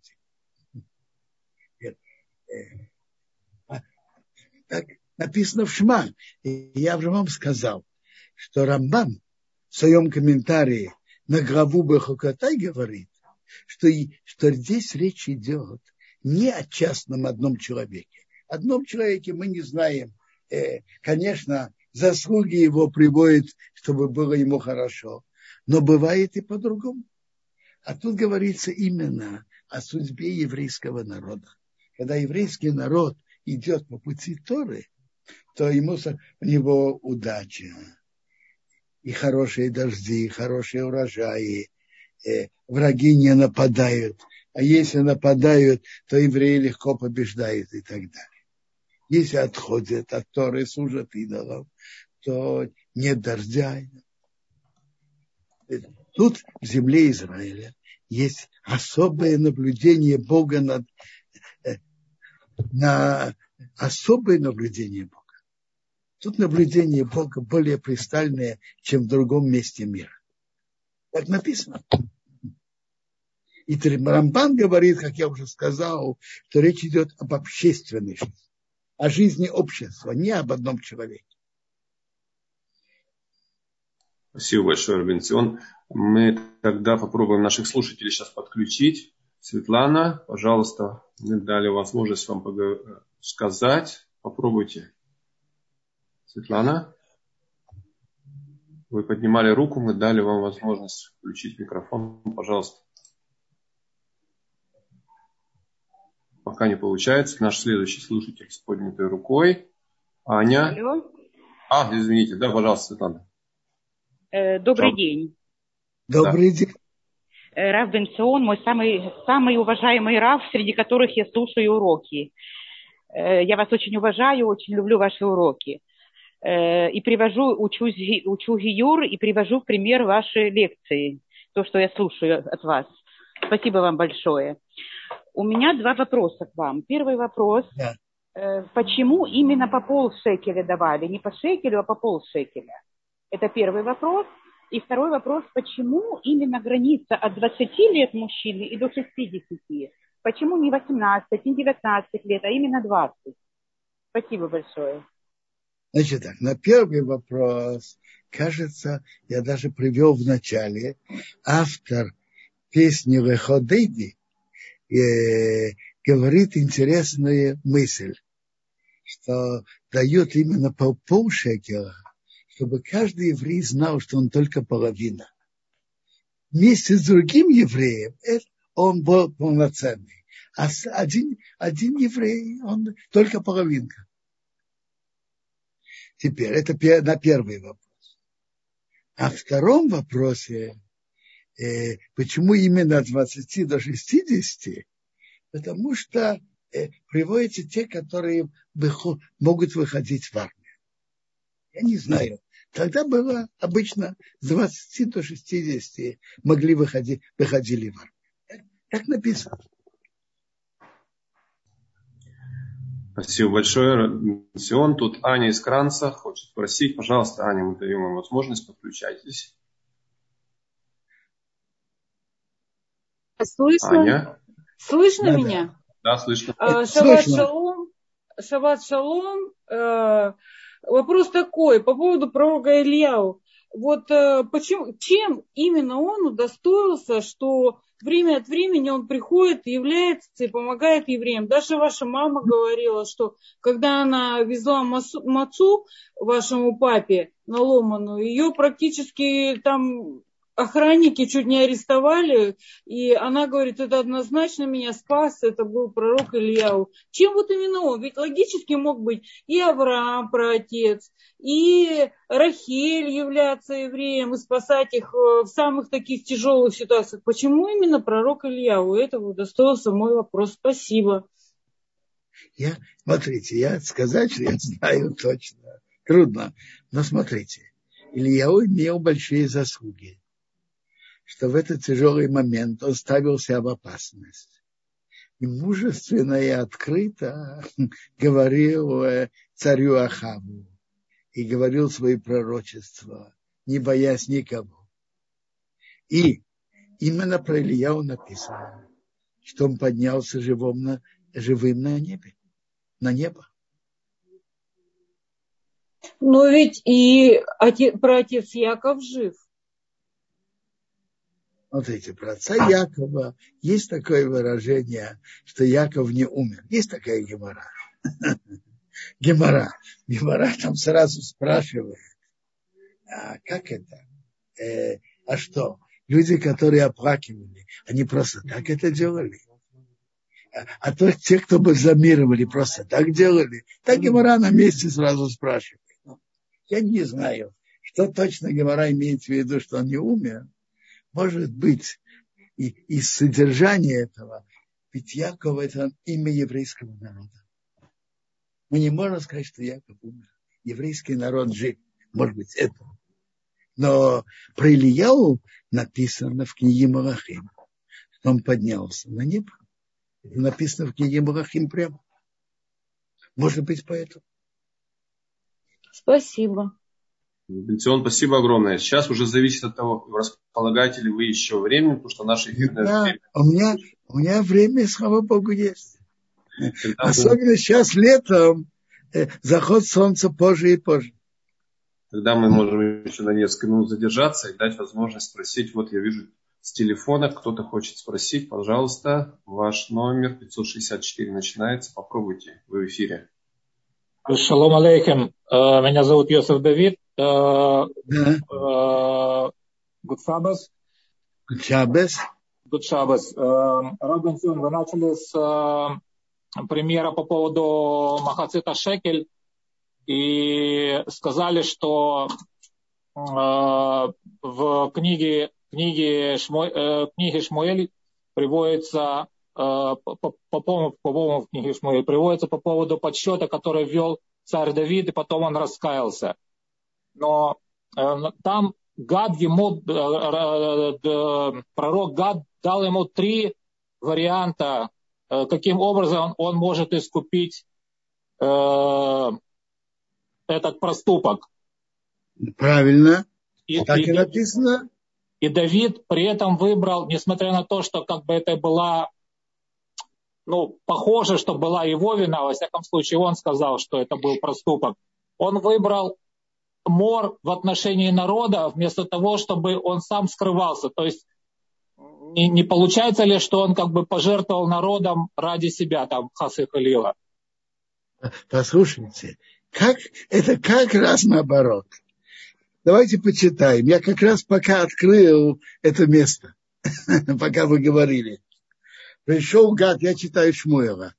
Так написано в Шма. И я уже вам сказал, что Рамбам в своем комментарии на главу Бехокотай говорит, что здесь речь идет не о частном одном человеке. Одном человеке мы не знаем, конечно, заслуги его приводят, чтобы было ему хорошо, но бывает и по-другому. А тут говорится именно о судьбе еврейского народа. Когда еврейский народ идет по пути Торы, то у него удача, и хорошие дожди, и хорошие урожаи, враги не нападают, а если нападают, то евреи легко побеждают и так далее. Если отходят от Торы, служат идолам, то нет дождя. Тут в земле Израиля есть особое наблюдение Бога на особое наблюдение Бога. Тут наблюдение Бога более пристальное, чем в другом месте мира. Так написано. И Рамбан говорит, как я уже сказал, что речь идет об общественной жизни, о жизни общества, не об одном человеке. Спасибо большое, Рубенцион. Мы тогда попробуем наших слушателей сейчас подключить. Светлана, пожалуйста, мы дали возможность вам сказать. Попробуйте. Светлана? Вы поднимали руку, мы дали вам возможность включить микрофон. Пожалуйста. Пока не получается. Наш следующий слушатель с поднятой рукой. Аня. Алло. Извините. Да, пожалуйста, Светлана. Добрый день. Добрый день. Рав Бен-Цион, мой самый уважаемый рав, среди которых я слушаю уроки. Я вас очень уважаю, очень люблю ваши уроки. И учу гиюр, и привожу в пример ваши лекции, то, что я слушаю от вас. Спасибо вам большое. У меня 2 вопроса к вам. Первый вопрос. Да. Почему именно по полшекеля давали? Не по шекелю, а по полшекеля. Это первый вопрос. И второй вопрос. Почему именно граница от 20 лет мужчины и до 60? Почему не 18, не 19 лет, а именно 20? Спасибо большое. Значит так, на первый вопрос, кажется, я даже привел в начале, автор песни «Леходейди» говорит интересную мысль, что дает именно по полшекела, чтобы каждый еврей знал, что он только половина. Вместе с другим евреем он был полноценный, а один еврей, он только половинка. Теперь, это на первый вопрос. А в втором вопросе, почему именно от 20 до 60, потому что приводятся те, которые могут выходить в армию. Я не знаю. Тогда было обычно с 20 до 60 выходили в армию. Так написано. Спасибо большое, Сион. Тут Аня из Кранца хочет спросить. Пожалуйста, Аня, мы даем вам возможность, подключайтесь. Слышно? Аня? Слышно меня? Да, слышно. Шаббат шалом. Вопрос такой, по поводу пророка Ильяу. Вот чем именно он удостоился, что время от времени он приходит, является и помогает евреям. Даже ваша мама говорила, что когда она везла мацу вашему папе на Ломану, ее практически там охранники чуть не арестовали, и она говорит, это однозначно меня спас, это был пророк Ильяу. Чем вот именно он? Ведь логически мог быть и Авраам, праотец, и Рахель являться евреем и спасать их в самых таких тяжелых ситуациях. Почему именно пророк Ильяу? Этого удостоился мой вопрос. Спасибо. Смотрите, я сказать, что я знаю точно. Трудно. Но смотрите, Ильяу имел большие заслуги, что в этот тяжелый момент он ставил себя в опасность. И мужественно и открыто говорил царю Ахаву и говорил свои пророчества, не боясь никого. И именно про Ильяу написано, что он поднялся живым на небо. Но ведь и праотец Яков жив. Смотрите, про отца Якова есть такое выражение, что Яков не умер. Есть такая гемара. Гемара там сразу спрашивает, а как это? А что? Люди, которые оплакивали, они просто так это делали? А то те, кто бальзамировали, просто так делали? Так гемара на месте сразу спрашивает. Я не знаю, что точно гемара имеет в виду, что он не умер. Может быть, и из содержания этого, ведь Яков – это имя еврейского народа. Мы не можем сказать, что Яков умер. Еврейский народ жив. Может быть, это. Но про Ильяу написано в книге Малахим, что он поднялся на небо. Это написано в книге Малахим прямо. Может быть, поэтому. Спасибо. Бенцион, спасибо огромное. Сейчас уже зависит от того, располагаете ли вы еще времени, потому что наше эфирное время. У меня время, слава Богу, есть. Особенно сейчас летом заход солнца позже и позже. Тогда мы можем еще на несколько минут задержаться и дать возможность спросить. Вот я вижу с телефона, кто-то хочет спросить. Пожалуйста, ваш номер 564 начинается. Попробуйте, вы в эфире. Шалом алейхем. Меня зовут Йосеф Давид. Good Shabbos. Good Shabbos. Good Shabbos. Рав Бен-Цион, вы начали с примера по поводу Махацита Шекель и сказали, что в книге Шмуэль приводится по-моему, в книге Шмуэль приводится по поводу подсчета, который ввел царь Давид, и потом он раскаялся. Но там Гад ему, пророк Гад дал ему 3 варианта, каким образом он может искупить этот проступок. Правильно. Так и написано. И Давид при этом выбрал, несмотря на то, что как бы это была, похоже, что была его вина, во всяком случае он сказал, что это был проступок. Он выбрал мор в отношении народа, вместо того, чтобы он сам скрывался. То есть не получается ли, что он как бы пожертвовал народом ради себя, там, хас и халила? Послушайте, это как раз наоборот. Давайте почитаем. Я как раз пока открыл это место, пока вы говорили. Пришел Гад, я читаю Шмуэла.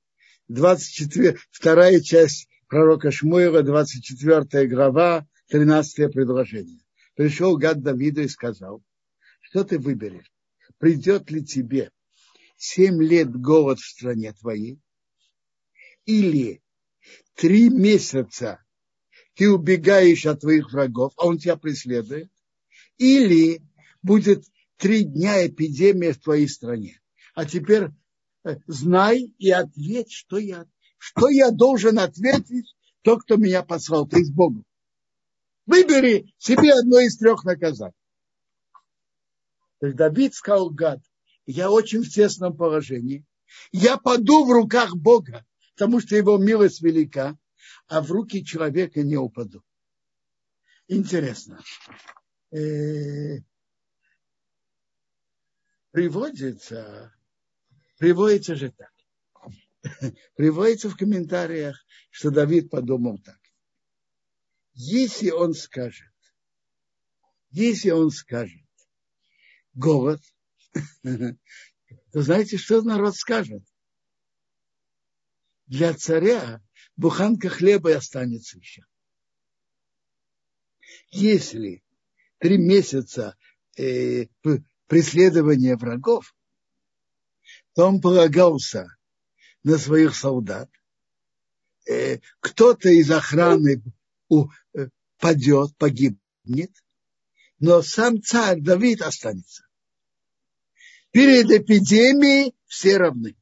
2 часть пророка Шмуэла, 24 глава, 13 предложение. Пришел Гад Давиду и сказал: что ты выберешь? Придет ли тебе 7 лет голод в стране твоей? Или 3 месяца ты убегаешь от твоих врагов, а он тебя преследует? Или будет 3 дня эпидемия в твоей стране? А теперь знай и ответь, что я должен ответить, тот, кто меня послал, то есть Богу. Выбери себе одно из 3 наказаний. Так Давид сказал: Гад, я очень в тесном положении. Я паду в руках Бога, потому что его милость велика, а в руки человека не упаду. Интересно. Приводится же так. Приводится в комментариях, что Давид подумал так. Если он скажет голод, то знаете, что народ скажет? Для царя буханка хлеба и останется еще. Если 3 месяца преследования врагов, то он полагался на своих солдат. Кто-то из охраны погибнет, но сам царь Давид останется. Перед эпидемией все равны.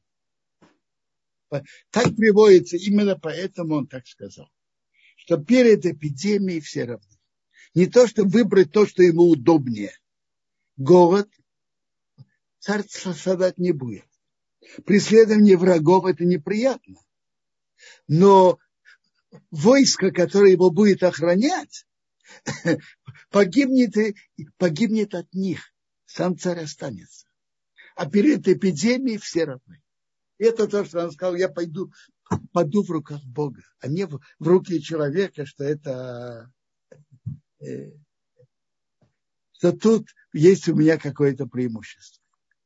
Так приводится, именно поэтому он так сказал, что перед эпидемией все равны. Не то, чтобы выбрать то, что ему удобнее. Голод царь страдать не будет. Преследование врагов – это неприятно. Но войско, которое его будет охранять, погибнет от них. Сам царь останется. А перед эпидемией все равны. Это то, что он сказал: я паду в руках Бога, а не в руки человека, что тут есть у меня какое-то преимущество.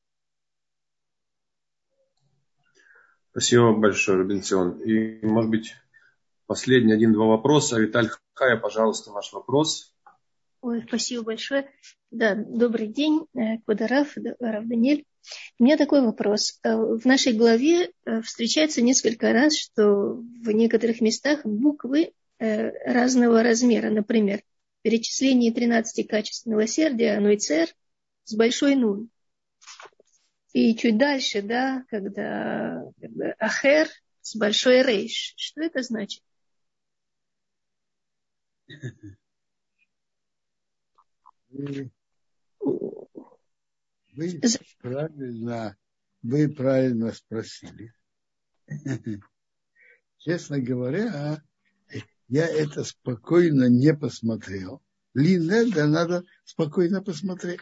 Спасибо большое, Рав Бен-Цион. И, может быть, последний 1-2 вопроса. Виталь Хая, пожалуйста, ваш вопрос. Ой, спасибо большое. Да, добрый день, Квадарав, Рав Даниэль. У меня такой вопрос. В нашей главе встречается несколько раз, что в некоторых местах буквы разного размера. Например, в перечислении 13 качеств милосердия Нойцер с большой нун. И чуть дальше, да, когда Ахер с большой рейш. Что это значит? Вы правильно спросили. Честно говоря, я это спокойно не посмотрел. Линеда надо спокойно посмотреть.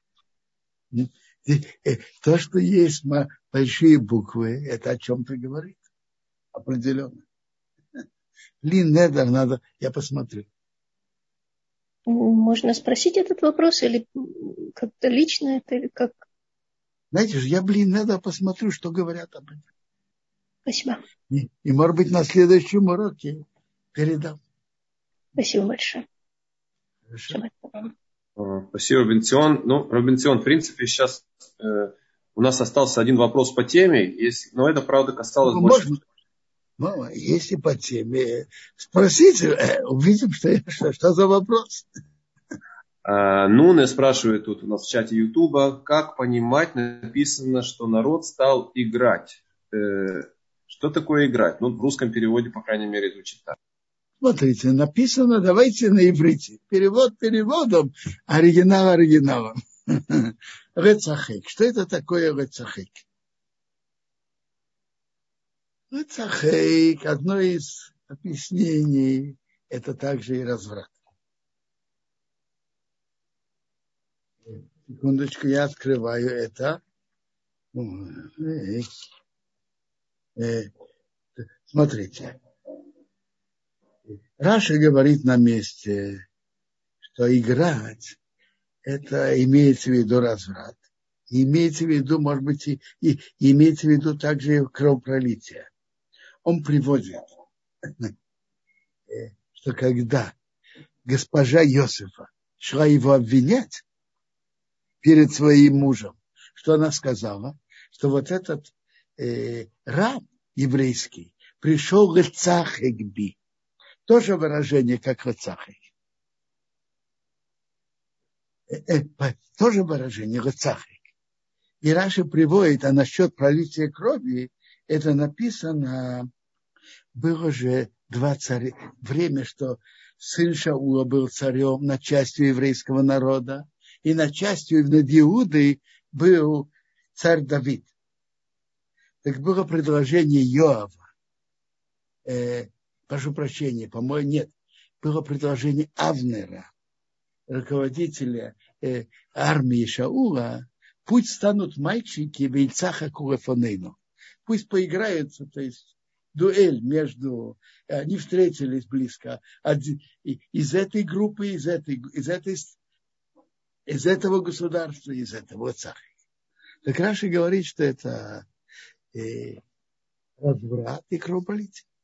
То, что есть большие буквы, это о чем-то говорит. Определенно. Линеда надо, я посмотрю. Можно спросить этот вопрос или как-то лично это, или как? Знаете же, надо посмотрю, что говорят об этом. Спасибо. И может быть, на следующем уроке передам. Спасибо большое. Хорошо. Спасибо, Робинсон. Ну, Робинсон, в принципе, сейчас у нас остался один вопрос по теме, но это, правда, касалось больше... Мама, если по теме, спросите, увидим, что за вопрос. Нуне спрашивает тут у нас в чате Ютуба, как понимать, написано, что народ стал играть. Что такое играть? Ну, в русском переводе, по крайней мере, звучит так. Смотрите, написано, давайте на иврите. Перевод переводом, оригинал оригиналом. Рецахек. Что это такое рецахек? Рецахек, одно из объяснений, это также и разврат. Секундочку, я открываю это. Смотрите. Раши говорит на месте, что играть, это имеется в виду разврат. И имеется в виду, может быть, и имеется в виду также кровопролитие. Он приводит, что когда госпожа Йосифа шла его обвинять перед своим мужем, что она сказала, что вот этот раб еврейский пришел лецахекби. Тоже выражение, как лецахек. Тоже выражение лецахек. И Раши приводит, а насчет пролития крови, это написано, было же два царя, время, что сын Шаула был царем над частью еврейского народа, и над частью над Иудой был царь Давид. Так было предложение Йоава, прошу прощения, по-моему, нет, было предложение Авнера, руководителя армии Шаула, пусть станут мальчики вейцаха кулефонейну, пусть поиграются, то есть дуэль между, они встретились близко, из этой группы, из этого государства, из этого царя. Так Раши говорит, что это разврат и кровопролитие.